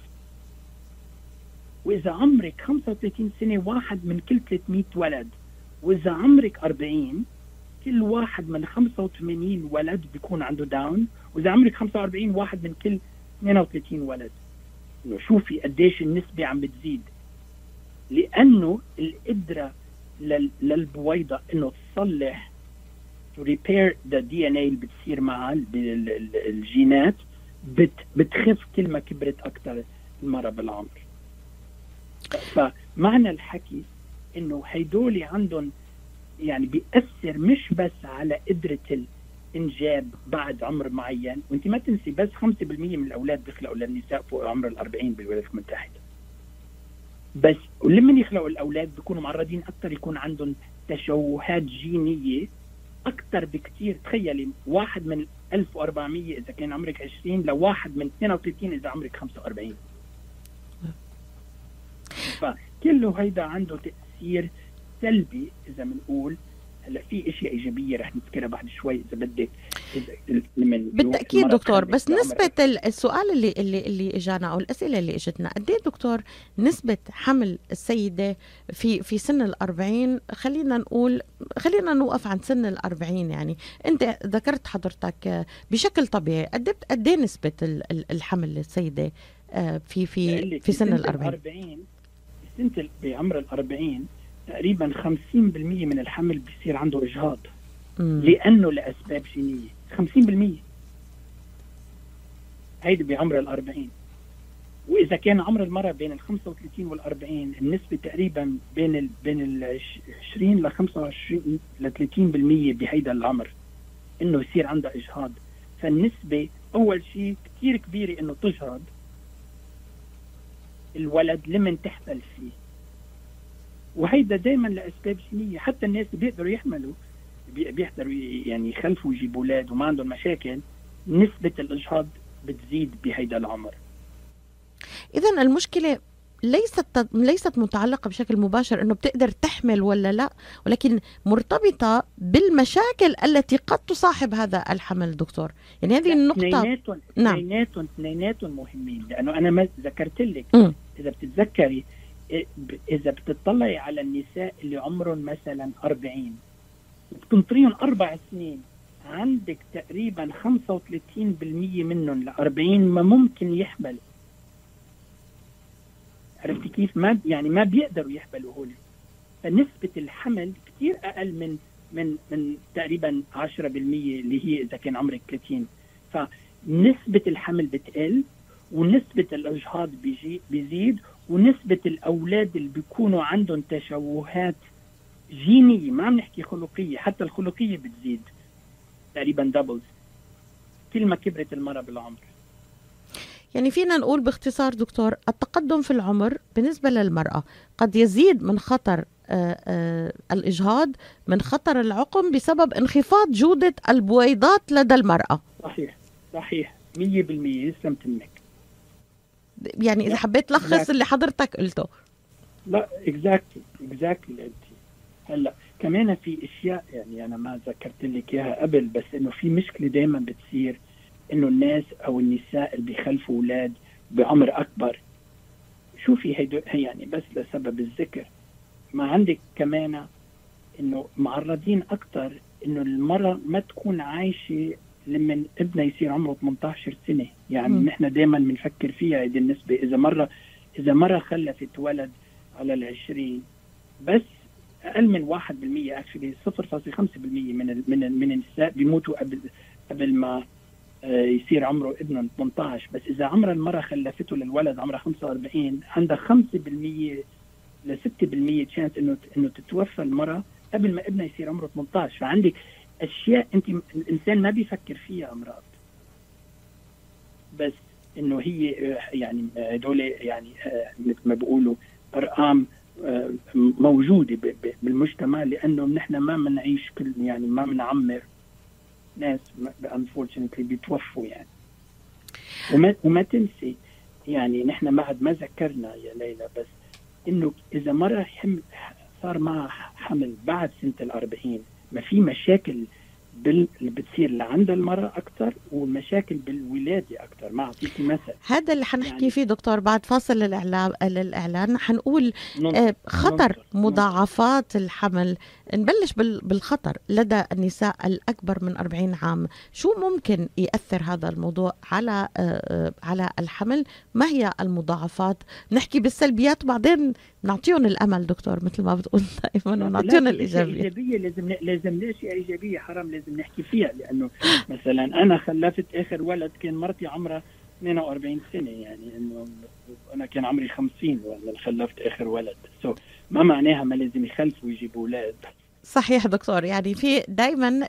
وإذا عمرك 35 سنة 1 من كل 300 ولد، وإذا عمرك 40 كل 1 من 85 ولد بيكون عنده داون، وإذا عمرك 45 1 من كل 32 ولد. شوفي قديش النسبة عم بتزيد، لأنه القدرة للبويضة إنه تصلح repair the DNA اللي بتصير مع الجينات بتخف كل ما كبرت أكتر المرة بالعمر. فمعنى الحكي إنه هيدولي عندهم يعني بيأثر مش بس على قدرة الإنجاب بعد عمر معين. وانت ما تنسي بس 5% من الأولاد بيخلقوا للنساء فوق عمر 40 بالولايات المتحدة. بس ولما يخلقوا الأولاد بيكونوا معرضين أكتر يكون عندهم تشوهات جينية أكتر بكتير. تخيلي 1 من 1400 إذا كان عمرك 20 ل1 من 32 إذا عمرك 45. فكله هيدا عنده تأثير سلبي إذا بنقول. هلا في اشياء ايجابيه رح نذكرها بعد شوي اذا بدك. بالتاكيد دكتور، بس نسبه السؤال اللي اجانا او الاسئله اللي اجتنا، قد ايه دكتور نسبه حمل السيده في سن ال40؟ خلينا نوقف عن سن ال40. يعني انت ذكرت حضرتك بشكل طبيعي قد ايه نسبه الحمل للسيده في سن ال40؟ سنه بعمر ال40 تقريبا 50% من الحمل بيصير عنده إجهاض لأنه لأسباب جينية. 50% هيدا بعمر 40. وإذا كان عمر المرأة بين 35 وال40 النسبة تقريبا بين 20 ل 25 ل 30% بهيدا العمر إنه يصير عندها إجهاض. فالنسبة أول شيء كتير كبيرة إنه تجهض الولد لمن تحمل فيه، وهيدا دائما لأسباب جينية. حتى الناس بيقدروا يحملوا بيقدروا يعني يخلفوا يجيبوا أولاد وما عندهم مشاكل، نسبة الإجهاض بتزيد بهيدا العمر. إذن المشكلة ليست متعلقة بشكل مباشر إنه بتقدر تحمل ولا لا، ولكن مرتبطة بالمشاكل التي قد تصاحب هذا الحمل دكتور. يعني هذه النقطة. اثنيناتهم مهمين، لأنه أنا ما ذكرت لك إذا بتتذكري، إذا بتطلعي على النساء اللي عمرهم مثلا 40 بتنطريهم 4 سنين، عندك تقريبا 35% منهم ل40 ما ممكن يحمل. عرفتي كيف؟ ما بيقدروا يحملوا هول. فنسبة الحمل كتير أقل من تقريبا 10% اللي هي إذا كان عمرك 30. فنسبة الحمل بتقل، ونسبة الإجهاض بيزيد، ونسبة الأولاد اللي بيكونوا عندهم تشوهات جينية، ما عم نحكي خلقية، حتى الخلقية بتزيد تقريبا دبلز كل ما كبرت المرأة بالعمر. يعني فينا نقول باختصار دكتور، التقدم في العمر بالنسبة للمرأة قد يزيد من خطر الإجهاض، من خطر العقم، بسبب انخفاض جودة البويضات لدى المرأة. صحيح 100%. يسلم تمك. يعني إذا حبيت لخص اللي حضرتك قلته. لا exactly. هلا كمان في اشياء يعني انا ما ذكرت لك اياها قبل، بس انه في مشكله دائما بتصير، انه الناس او النساء اللي بيخلفوا اولاد بعمر اكبر، شوفي يعني بس لسبب الذكر، ما عندك كمان انه معرضين اكثر انه المرأة ما تكون عايشه لما ابنها يصير عمره 18 سنه. يعني نحن دائما بنفكر فيها هذه النسبه، اذا مره خلفت ولد على 20، بس اقل من 1% اكشلي 0.5% من النساء بيموتوا قبل ما يصير عمره ابنهم 18. بس اذا عمر المراه خلفته للولد عمره 45، عندها 5% ل 6% تشانس انه تتوفى المراه قبل ما ابنها يصير عمره 18. فعندك اشياء انت الانسان ما بيفكر فيها امراض، بس انه هي يعني هدول يعني مثل ما بيقولوا ارقام موجوده بالمجتمع، لانه نحن ما بنعيش كل يعني ما بنعمر ناس unfortunately بيتوفوا يعني. وما تنسي يعني نحن ما ذكرنا يا ليلى، بس انه اذا مرة صار معها حمل بعد سنة 40، ما في مشاكل اللي بتصير لعند المرأة أكثر، والمشاكل بالولادة أكثر. ما أعطيكي مثل، هذا اللي حنحكي يعني فيه دكتور بعد فاصل للإعلان. حنقول خطر مضاعفات الحمل. نبلش بالخطر لدى النساء الأكبر من 40 عام. شو ممكن يأثر هذا الموضوع على الحمل؟ ما هي المضاعفات؟ نحكي بالسلبيات وبعدين نعطيهم الأمل دكتور، مثل ما بتقول دائما، ونعطيهم الإيجابية. لازم لا شيء إيجابية حرام لازم نحكي فيها، لأنه مثلا أنا خلفت آخر ولد كان مرتي عمرها 42 سنة، يعني إنه أنا كان عمري 50 وأنا خلفت آخر ولد. ما معناها ما لازم يخلفوا ويجيبوا أولاد. صحيح دكتور، يعني في دائما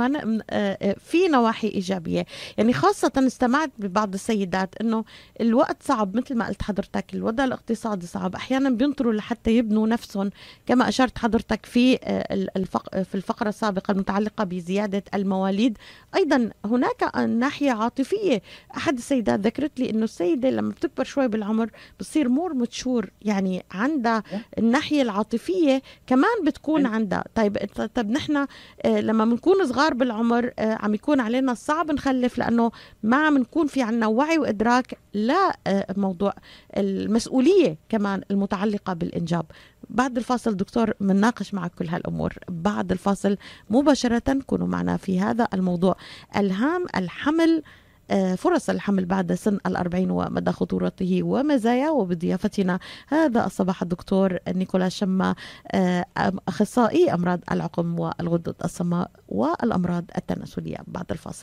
في نواحي إيجابية. يعني خاصة استمعت ببعض السيدات إنه الوقت صعب، مثل ما قلت حضرتك، الوضع الاقتصادي صعب، أحيانا بينطروا لحتى يبنوا نفسهم، كما أشرت حضرتك في الفقرة السابقة المتعلقة بزيادة المواليد. أيضا هناك ناحية عاطفية. أحد السيدات ذكرت لي إنه السيدة لما بتكبر شوي بالعمر بتصير مور متشور، يعني عندها الناحية العاطفية كمان بتكون عندها. طيب نحن لما بنكون صغار بالعمر عم يكون علينا صعب نخلف، لأنه ما عم نكون في عنا وعي وإدراك لموضوع المسؤولية كمان المتعلقة بالإنجاب. بعد الفاصل دكتور منناقش معك كل هالأمور. بعد الفاصل مباشرة كونوا معنا في هذا الموضوع الهام، الحمل، فرص الحمل بعد سن 40 ومدى خطورته ومزاياه. وبضيافتنا هذا الصباح الدكتور نيكولاس شما، أخصائي أمراض العقم والغدد الصماء والأمراض التناسلية. بعد الفاصل.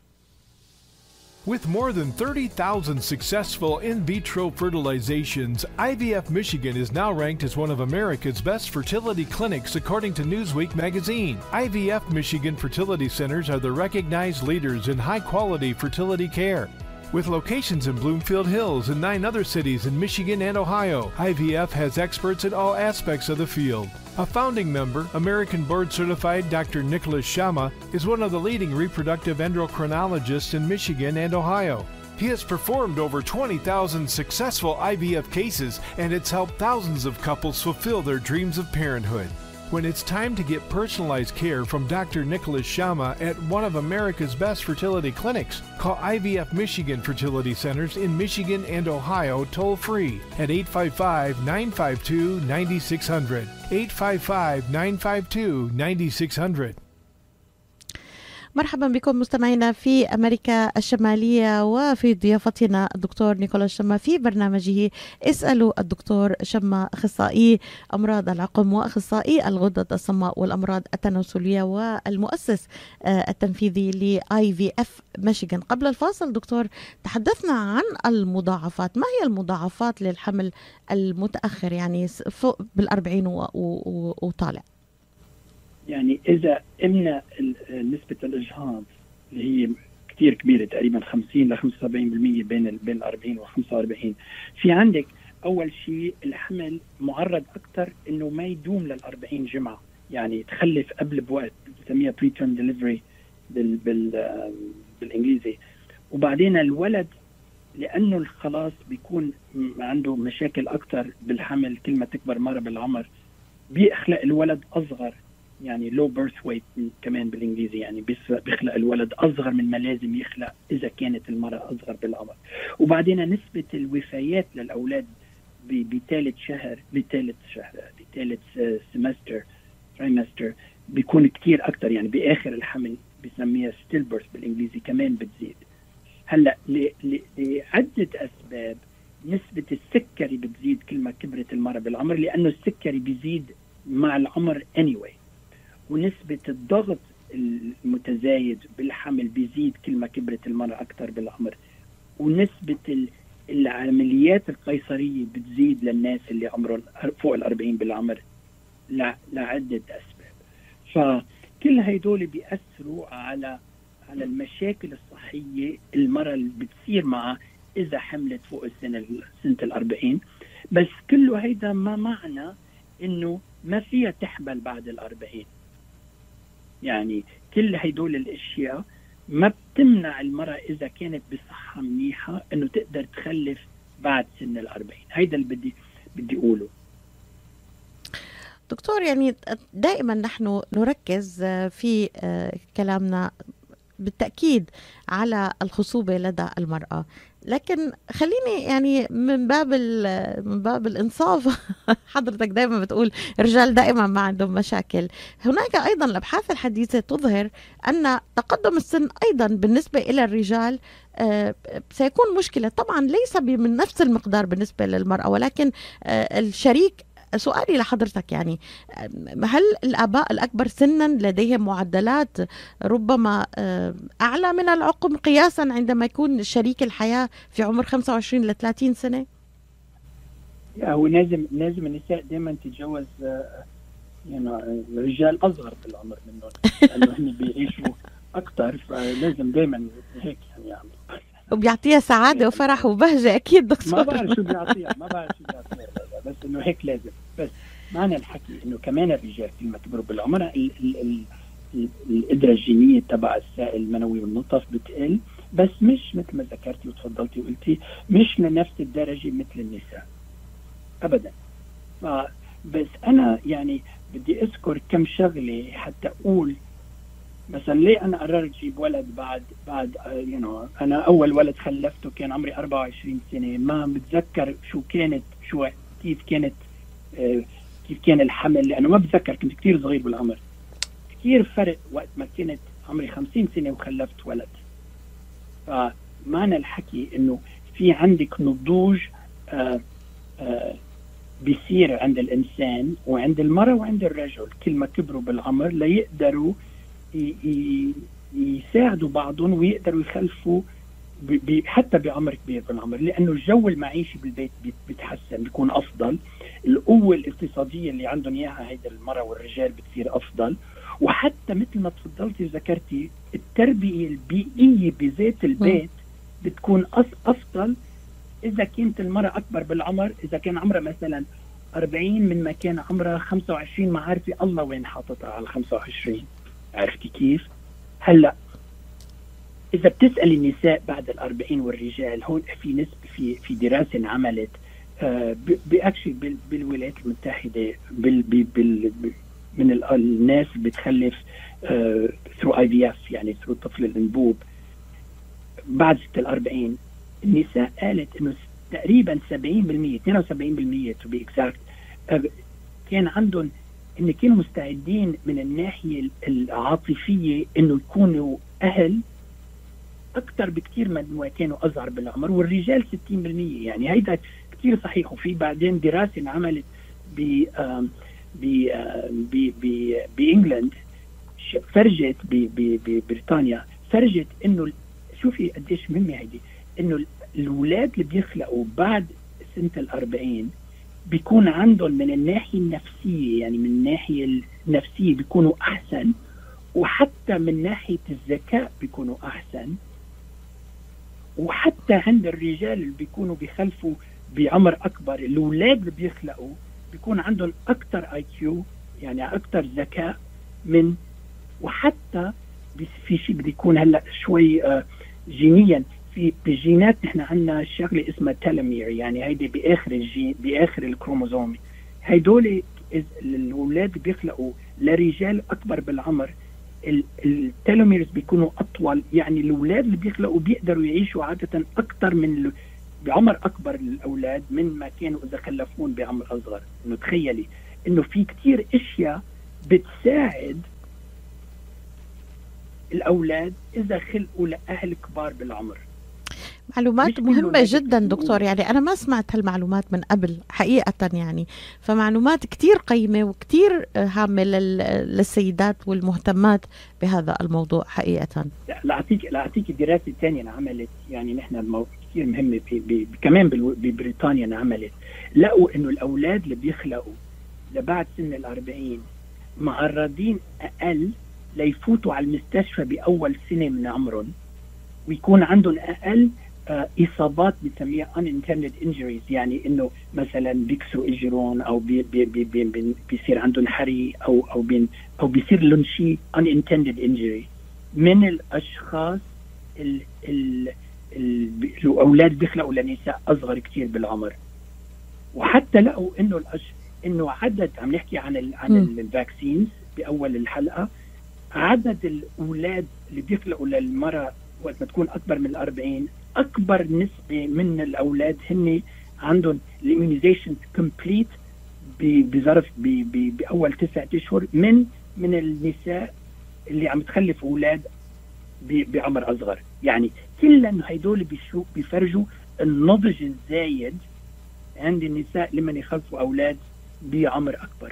With more than 30,000 successful in vitro fertilizations, IVF Michigan is now ranked as one of America's best fertility clinics according to Newsweek magazine. IVF Michigan fertility centers are the recognized leaders in high-quality fertility care. With locations in Bloomfield Hills and 9 other cities in Michigan and Ohio, IVF has experts in all aspects of the field. A founding member, American board-certified Dr. Nicholas Shama, is one of the leading reproductive endocrinologists in Michigan and Ohio. He has performed over 20,000 successful IVF cases, and it's helped thousands of couples fulfill their dreams of parenthood. When it's time to get personalized care from Dr. Nicholas Shama at one of America's best fertility clinics, call IVF Michigan Fertility Centers in Michigan and Ohio toll-free at 855-952-9600. 855-952-9600. مرحبا بكم مستمعينا في أمريكا الشمالية، وفي ضيافتنا الدكتور نيكولاس شما في برنامجه اسألوا الدكتور شما، أخصائي أمراض العقم وأخصائي الغدد الصماء والأمراض التناسلية والمؤسس التنفيذي ل IVF ميشيغان. قبل الفاصل دكتور تحدثنا عن المضاعفات. ما هي المضاعفات للحمل المتأخر، يعني فوق بال40 وطالع؟ يعني إذا قمنا نسبة الإجهاض اللي هي كتير كبيرة، تقريبا 50 ل 75% بين 40 و 45. في عندك أول شيء الحمل معرض أكتر إنه ما يدوم لل40 جمعة، يعني تخلف قبل بوقت، بسميها preterm delivery بالإنجليزي. وبعدين الولد لأنه خلاص بيكون عنده مشاكل أكتر بالحمل، كل ما تكبر مرة بالعمر بيخلق الولد أصغر، يعني low birth weight كمان بالإنجليزي، يعني بيخلق الولد أصغر من ما لازم يخلق إذا كانت المرأة أصغر بالعمر. وبعدين نسبة الوفيات للأولاد بثالث سمستر ترايمستر بيكون كتير أكتر، يعني بآخر الحمل بسميها stillbirth بالإنجليزي كمان بتزيد. هلأ لعدة أسباب نسبة السكري بتزيد كل ما كبرت المرأة بالعمر، لأنه السكري بيزيد مع العمر anyway، ونسبة الضغط المتزايد بالحمل بيزيد كل ما كبرت المرأة أكتر بالعمر، ونسبة العمليات القيصرية بتزيد للناس اللي عمرهم فوق 40 بالعمر لعدة أسباب. فكل هيدول بيأثروا على المشاكل الصحية المرأة اللي بتصير معها إذا حملت فوق سنة 40. بس كله هيدا ما معنى إنه ما فيها تحمل بعد 40. يعني كل هيدول الأشياء ما بتمنع المرأة إذا كانت بصحة منيحة إنه تقدر تخلف بعد سن 40. هيدا اللي بدي أقوله. دكتور، يعني دائما نحن نركز في كلامنا بالتأكيد على الخصوبة لدى المرأة، لكن خليني يعني من باب الإنصاف حضرتك دائما بتقول الرجال دائما ما عندهم مشاكل. هناك أيضا الأبحاث الحديثة تظهر أن تقدم السن أيضا بالنسبة إلى الرجال سيكون مشكلة، طبعا ليس من نفس المقدار بالنسبة للمرأة، ولكن الشريك. سؤالي لحضرتك يعني هل الآباء الأكبر سنا لديهم معدلات ربما أعلى من العقم قياسا عندما يكون شريك الحياة في عمر 25 ل 30 سنة؟ هو لازم النساء دائما تتجوز يعني رجال أصغر بالعمر منهم، لأنه هن بيعيشوا أكتر، فلازم دائما هيك يعني وبيعطيها سعادة وفرح وبهجة. أكيد دكتور. ما بعرف شو بيعطيها بس إنه هيك لازم. بس معنى الحكي إنه كمان الرجال كل ما كبروا بالعمر القدرة الجينية تبع السائل المنوي والنطف بتقل، بس مش مثل ما ذكرتي وتفضلتي وقلتي، مش لنفس الدرجة مثل النساء أبدا. بس أنا يعني بدي أذكر كم شغلة حتى أقول مثلا ليه أنا قررت أجيب ولد بعد أنا أول ولد خلفته كان عمري 24 سنة، ما بتذكر كيف كان الحمل، لأنه ما بتذكر، كنت كتير صغير بالعمر. كتير فرق وقت ما كنت عمري 50 سنة وخلفت ولد. فمعنى الحكي إنه في عندك نضوج بيصير عند الإنسان وعند المرأة وعند الرجل كل ما كبروا بالعمر ليقدروا يساعدوا بعضهم ويقدروا يخلفوا حتى بعمر كبير بالعمر، لأنه الجو المعيشي بالبيت بيتحسن، بيكون أفضل، القوة الاقتصادية اللي عندهم إياها هيدا المرأة والرجال بتصير أفضل، وحتى مثل ما تفضلتي وذكرتي التربية البيئية بذات البيت بتكون أفضل إذا كانت المرأة أكبر بالعمر. إذا كان عمرها مثلا 40 من ما كان عمرها 25، ما عارفة الله وين حاططها على 25. عرفتي كيف؟ هلأ إذا بتسأل النساء بعد 40 والرجال، هون في نسبة في دراسة انعملت بأكشلي بالولايات المتحدة من الناس بتخلف through IVF، يعني through طفل الأنبوب بعد 46. النساء قالت إنه تقريبا 70% 72% to be exact كان عندهم إن كانوا مستعدين من الناحية العاطفية إنه يكونوا أهل أكثر بكتير من كانوا أصغر بالعمر، والرجال 60%. يعني هيدا كتير صحيح. وفي بعدين دراسة انعملت بإنجلند فرجت ببريطانيا، فرجت إنه شوفي قديش مهمة هيدي، إنه الأولاد اللي بيخلقوا بعد سنة 40 بيكون عندهم من الناحية النفسية، يعني من الناحية النفسية بيكونوا أحسن، وحتى من ناحية الذكاء بيكونوا أحسن وحتى عند الرجال اللي بيكونوا بيخلفوا بعمر اكبر، الاولاد اللي بيخلقوا بيكون عندهم اكثر IQ، يعني اكثر ذكاء من، وحتى في شيء بده يكون هلا شوي جينيا، في بالجينات نحن عندنا شغله اسمها تيلومير، يعني هيدي باخر الجين باخر الكروموزوم. هيدول الاولاد بيخلقوا لرجال اكبر بالعمر التيلوميرز بيكونوا اطول، يعني الاولاد اللي بيخلقوا بيقدروا يعيشوا عاده اكثر من بعمر اكبر الاولاد من ما كانوا اذا خلفون بعمر اصغر. انه تخيلي انه في كتير اشياء بتساعد الاولاد اذا خلقوا لاهل كبار بالعمر. معلومات مهمة جدا دكتور، يعني أنا ما سمعت هالمعلومات من قبل حقيقة، يعني فمعلومات كتير قيمة وكتير هامة للسيدات والمهتمات بهذا الموضوع حقيقة. لا أعطيك دراسة ثانية انعملت، يعني نحن كتير مهمة كمان ببريطانيا انعملت، لقوا إنه الأولاد اللي بيخلقوا لبعد سن 40 معرضين أقل ليفوتوا على المستشفى بأول سنة من عمرهم، ويكون عندهم أقل إصابات بنسميها unintended injuries، يعني إنه مثلا بيكسروا إجرون أو بيصير عندهم حريق أو بيصير لهم شيء unintended injury من الأشخاص الأولاد بيخلقوا لنساء أصغر كتير بالعمر. وحتى لقوا إنه عدد، عم نحكي عن الفاكسينز بأول الحلقة، عدد الأولاد اللي بيخلقوا للمرأة وقت ما تكون أكبر من 40 أكبر نسبة من الأولاد هن عندهم الإيميونيزيشن كومبليت بظرف بأول 9 أشهر من النساء اللي عم تخلف أولاد بعمر أصغر. يعني كلهم هيدول بيفرجوا النضج الزايد عند النساء لمن يخلفوا أولاد بعمر أكبر.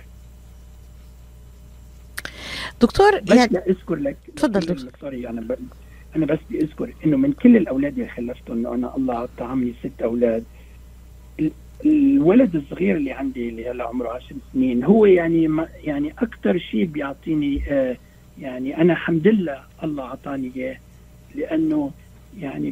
دكتور بس يعني أذكر لك، تفضل دكتور. سوري أنا بس بأذكر إنه من كل الأولاد اللي خلفتهم، إنه أنا الله طعمني 6 أولاد، الولد الصغير اللي عندي اللي هلا عمره 10 سنين هو يعني أكثر شيء بيعطيني يعني أنا الحمد لله الله عطاني إياه، لأنه يعني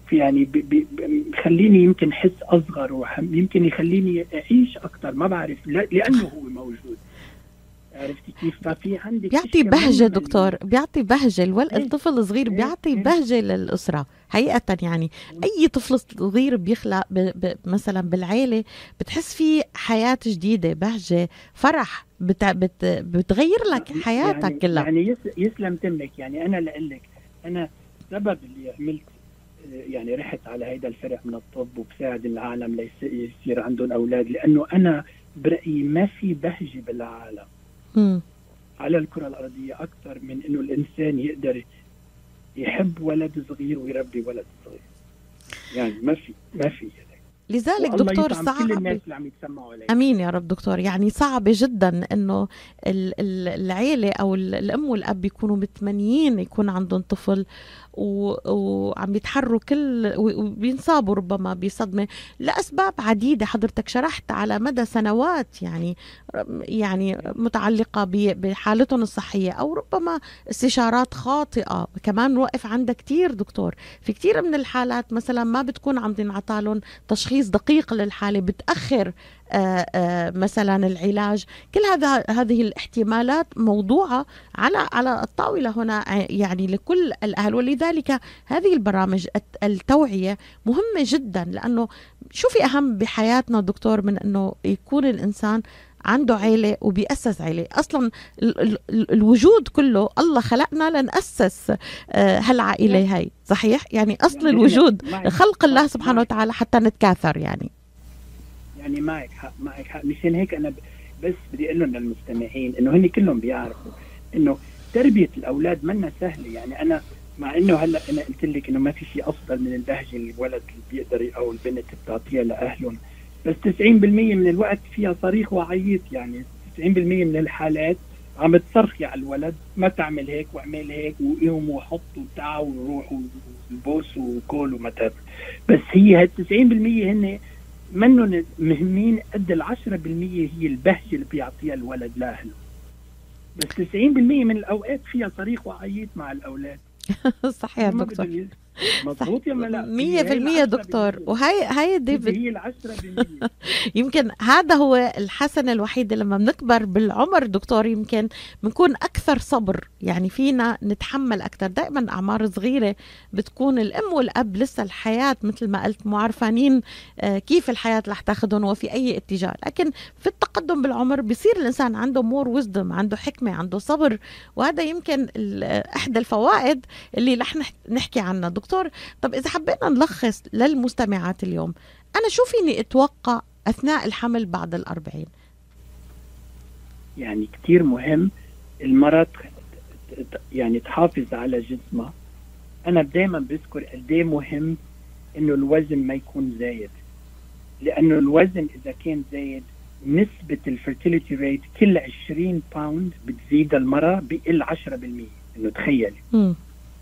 بخليني يمكن حس أصغر، ويمكن يخليني أعيش أكثر، ما بعرف لأنه هو موجود. عرفتي كيف؟ ففي عندك بيعطي بهجة دكتور، بيعطي بهجة الطفل الصغير بيعطي بهجة للأسرة حقيقة. يعني أي طفل صغير بيخلق مثلا بالعيلة بتحس فيه حياة جديدة، بهجة، فرح، بتغير لك حياتك كلها. يعني يسلم تمك. يعني أنا لقلك أنا سبب اللي عملت يعني رحت على هيدا الفرع من الطب وبساعد العالم ليصير عندهم أولاد، لأنه أنا برأيي ما في بهجة بالعالم على الكرة الأرضية أكثر من إنه الإنسان يقدر يحب ولد صغير ويربي ولد صغير. يعني ما في لذلك دكتور صعب، امين يا رب دكتور، يعني صعب جدا انه العيله او الام والاب يكونوا متمنيين يكون عندهم طفل وعم يتحروا وبينصابوا ربما بصدمه لاسباب عديده حضرتك شرحت على مدى سنوات، يعني متعلقه بحالتهم الصحيه او ربما استشارات خاطئه. كمان وقف عندها كتير دكتور، في كتير من الحالات مثلا ما بتكون عم ينعطى لهم تشخيص دقيق للحاله، بتاخر مثلا العلاج. كل هذه الاحتمالات موضوعة على الطاولة هنا يعني لكل الأهل، ولذلك هذه البرامج التوعية مهمة جدا، لأنه شو في أهم بحياتنا دكتور من أنه يكون الإنسان عنده عيلة وبيأسس عيلة. أصلا الوجود كله الله خلقنا لنأسس هالعائلة هاي، صحيح؟ يعني أصل الوجود خلق الله سبحانه وتعالى حتى نتكاثر. يعني معك حق مشان هيك أنا بس بدي أقول لهم للمستمعين إنه هن كلهم بيعرفوا إنه تربية الأولاد منا سهلة. يعني أنا مع إنه هلا أنا قلت لك إنه ما في شيء أفضل من البهجة اللي الولد بيقدر أو البنت بتعطيها لأهلهم، بس 90% من الوقت فيها صريخ وعيط. يعني 90% من الحالات عم تصرخي على الولد ما تعمل هيك واعمل هيك وقوم وحط وتعا وروح وبوس وكول ومتى، بس هي هال 90% هن منهم مهمين قد 10% هي البهجة اللي بيعطيها الولد لأهله. بس 90% من الأوقات فيها صريخ وعيط مع الأولاد. صحيح دكتور، مضبوط يا ملا 100% دكتور. وهي دي هي 10%. يمكن هذا هو الحسنة الوحيدة لما بنكبر بالعمر دكتور، يمكن بنكون أكثر صبر، يعني فينا نتحمل أكثر. دائما أعمار صغيرة بتكون الأم والأب لسه الحياة مثل ما قلت مو عارفانين كيف الحياة رح تاخدهم وفي أي اتجاه، لكن في التقدم بالعمر بصير الإنسان عنده مور ويزدم، عنده حكمة، عنده صبر، وهذا يمكن إحدى الفوائد اللي رح نحكي عنها دكتور. طب إذا حبينا نلخص للمستمعات اليوم، أنا شو فيني أتوقع أثناء الحمل بعد 40؟ يعني كتير مهم المرأة يعني تحافظ على جسمها. أنا دايما بذكر قديه مهم إنه الوزن ما يكون زايد، لأنه الوزن إذا كان زايد نسبة الفيرتيليتي ريت كل 20 باوند بتزيد المرأة بقل 10%. إنه تخيلي.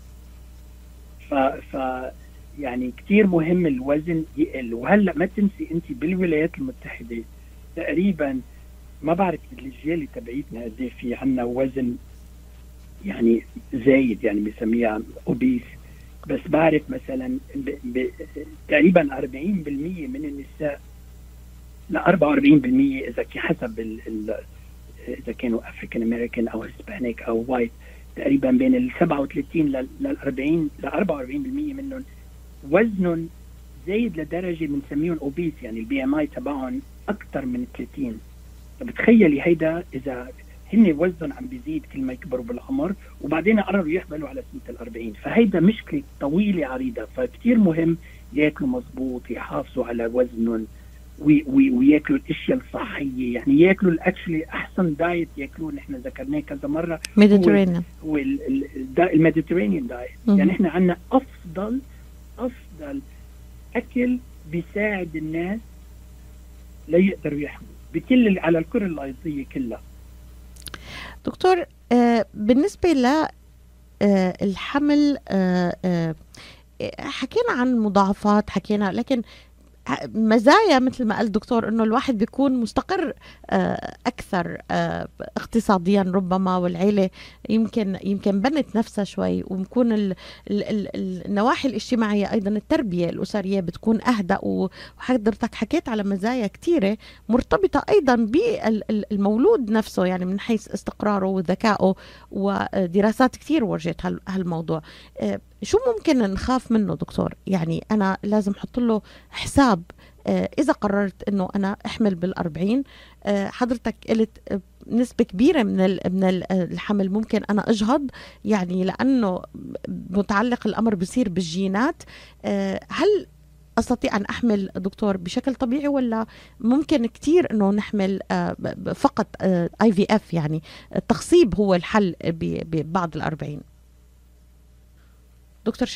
ف يعني كتير مهم الوزن يقل. وهلأ ما تنسي أنت بالولايات المتحدة تقريبا ما بعرف الرجال تبعيتنا قد في عنا وزن يعني زايد، يعني بسميها اوبيس، بس بعرف مثلا تقريبا 40% من النساء ل 44% اذا حسب اذا كانوا افريكان امريكان او هسبانيك او وايت، تقريبا بين ال 37 لل 40 ل 44% منهم وزنهم زايد لدرجه بنسميهم اوبيس، يعني البي ام اي تبعهم اكثر من 30. بتخيلي هيدا اذا هن وزنهم عم بيزيد كل ما يكبروا بالعمر وبعدين قرروا يحملوا على سنة 40، فهيدا مشكلة طويلة عريضة. فكتير مهم ياكلوا مزبوط، يحافظوا على وزنهم وياكلوا الاشياء الصحية، يعني ياكلوا الاكشلي احسن دايت ياكلوه نحن ذكرناه كذا مرة، ميديترينيان، هو الميديترينيان دايت. يعني احنا عندنا افضل اكل بيساعد الناس ليقدروا يحملوا بكل على الكرة الأرضية كلها. دكتور بالنسبة للحمل حكينا عن مضاعفات، حكينا، لكن مزايا مثل ما قال الدكتور انه الواحد بيكون مستقر اكثر اقتصاديا ربما، والعيله يمكن بنت نفسها شوي، وبكون النواحي الاجتماعيه ايضا التربيه الاسريه بتكون اهدأ. وحضرتك حكيت على مزايا كثيره مرتبطه ايضا بالمولود نفسه، يعني من حيث استقراره وذكائه، ودراسات كثير ورجت هالموضوع. شو ممكن نخاف منه دكتور؟ يعني أنا لازم أحط له حساب إذا قررت إنه أنا أحمل بال40. حضرتك قلت نسبة كبيرة من الحمل ممكن أنا أجهض، يعني لأنه متعلق الأمر بيصير بالجينات. هل أستطيع أن أحمل دكتور بشكل طبيعي، ولا ممكن كتير إنه نحمل فقط IVF، يعني التخصيب هو الحل ببعض 40؟ دكتور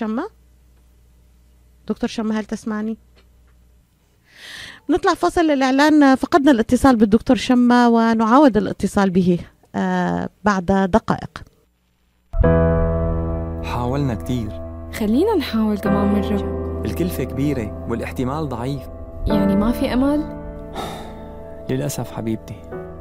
شمة هل تسمعني؟ نطلع فصل الإعلان، فقدنا الاتصال بالدكتور شمة ونعاود الاتصال به بعد دقائق. حاولنا كتير، خلينا نحاول كمان مرة. الكلفة كبيرة والاحتمال ضعيف. يعني ما في أمل؟ للأسف حبيبتي.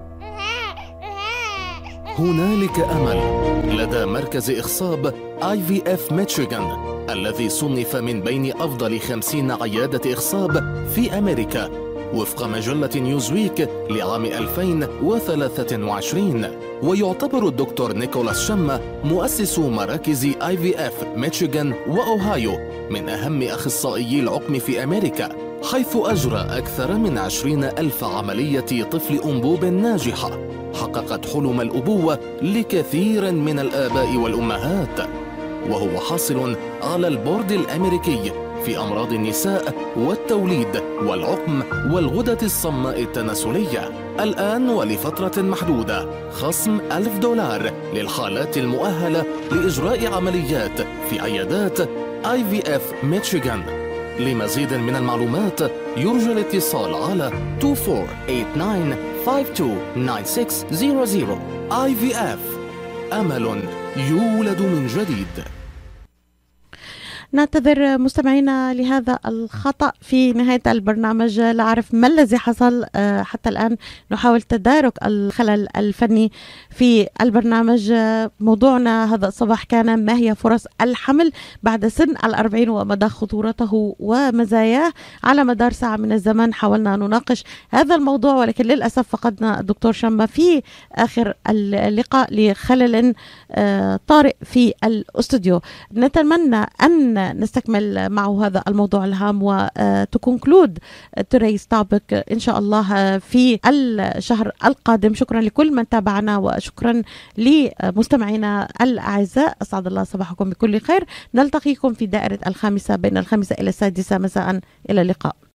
هنالك أمل لدى مركز إخصاب IVF ميشيغان الذي صنف من بين أفضل 50 عيادة إخصاب في أمريكا وفق مجلة نيوزويك لعام 2023. ويعتبر الدكتور نيكولاس شمة مؤسس مراكز IVF ميشيغان وأوهايو من أهم أخصائيي العقم في أمريكا، حيث أجرى أكثر من 20,000 عملية طفل أنبوب ناجحة حققت حلم الأبوة لكثير من الآباء والأمهات، وهو حاصل على البورد الأمريكي في أمراض النساء والتوليد والعقم والغدة الصماء التناسلية. الآن ولفترة محدودة خصم $1000 للحالات المؤهلة لإجراء عمليات في عيادات IVF ميشيغان. لمزيد من المعلومات يرجى الاتصال على 2489529600. IVF، أمل يولد من جديد. نعتذر مستمعينا لهذا الخطأ في نهاية البرنامج، لا أعرف ما الذي حصل حتى الآن. نحاول تدارك الخلل الفني في البرنامج. موضوعنا هذا الصباح كان: ما هي فرص الحمل بعد سن 40 ومدى خطورته ومزاياه؟ على مدار ساعة من الزمن حاولنا أن نناقش هذا الموضوع، ولكن للأسف فقدنا الدكتور شمة في آخر اللقاء لخلل طارئ في الاستوديو. نتمنى أن نستكمل معه هذا الموضوع الهام وتكونكلود today's topic إن شاء الله في الشهر القادم. شكرا لكل من تابعنا وشكرا لمستمعينا الأعزاء. أسعد الله صباحكم بكل خير. نلتقيكم في دائرة الخامسة بين 5 إلى 6 مساء. إلى اللقاء.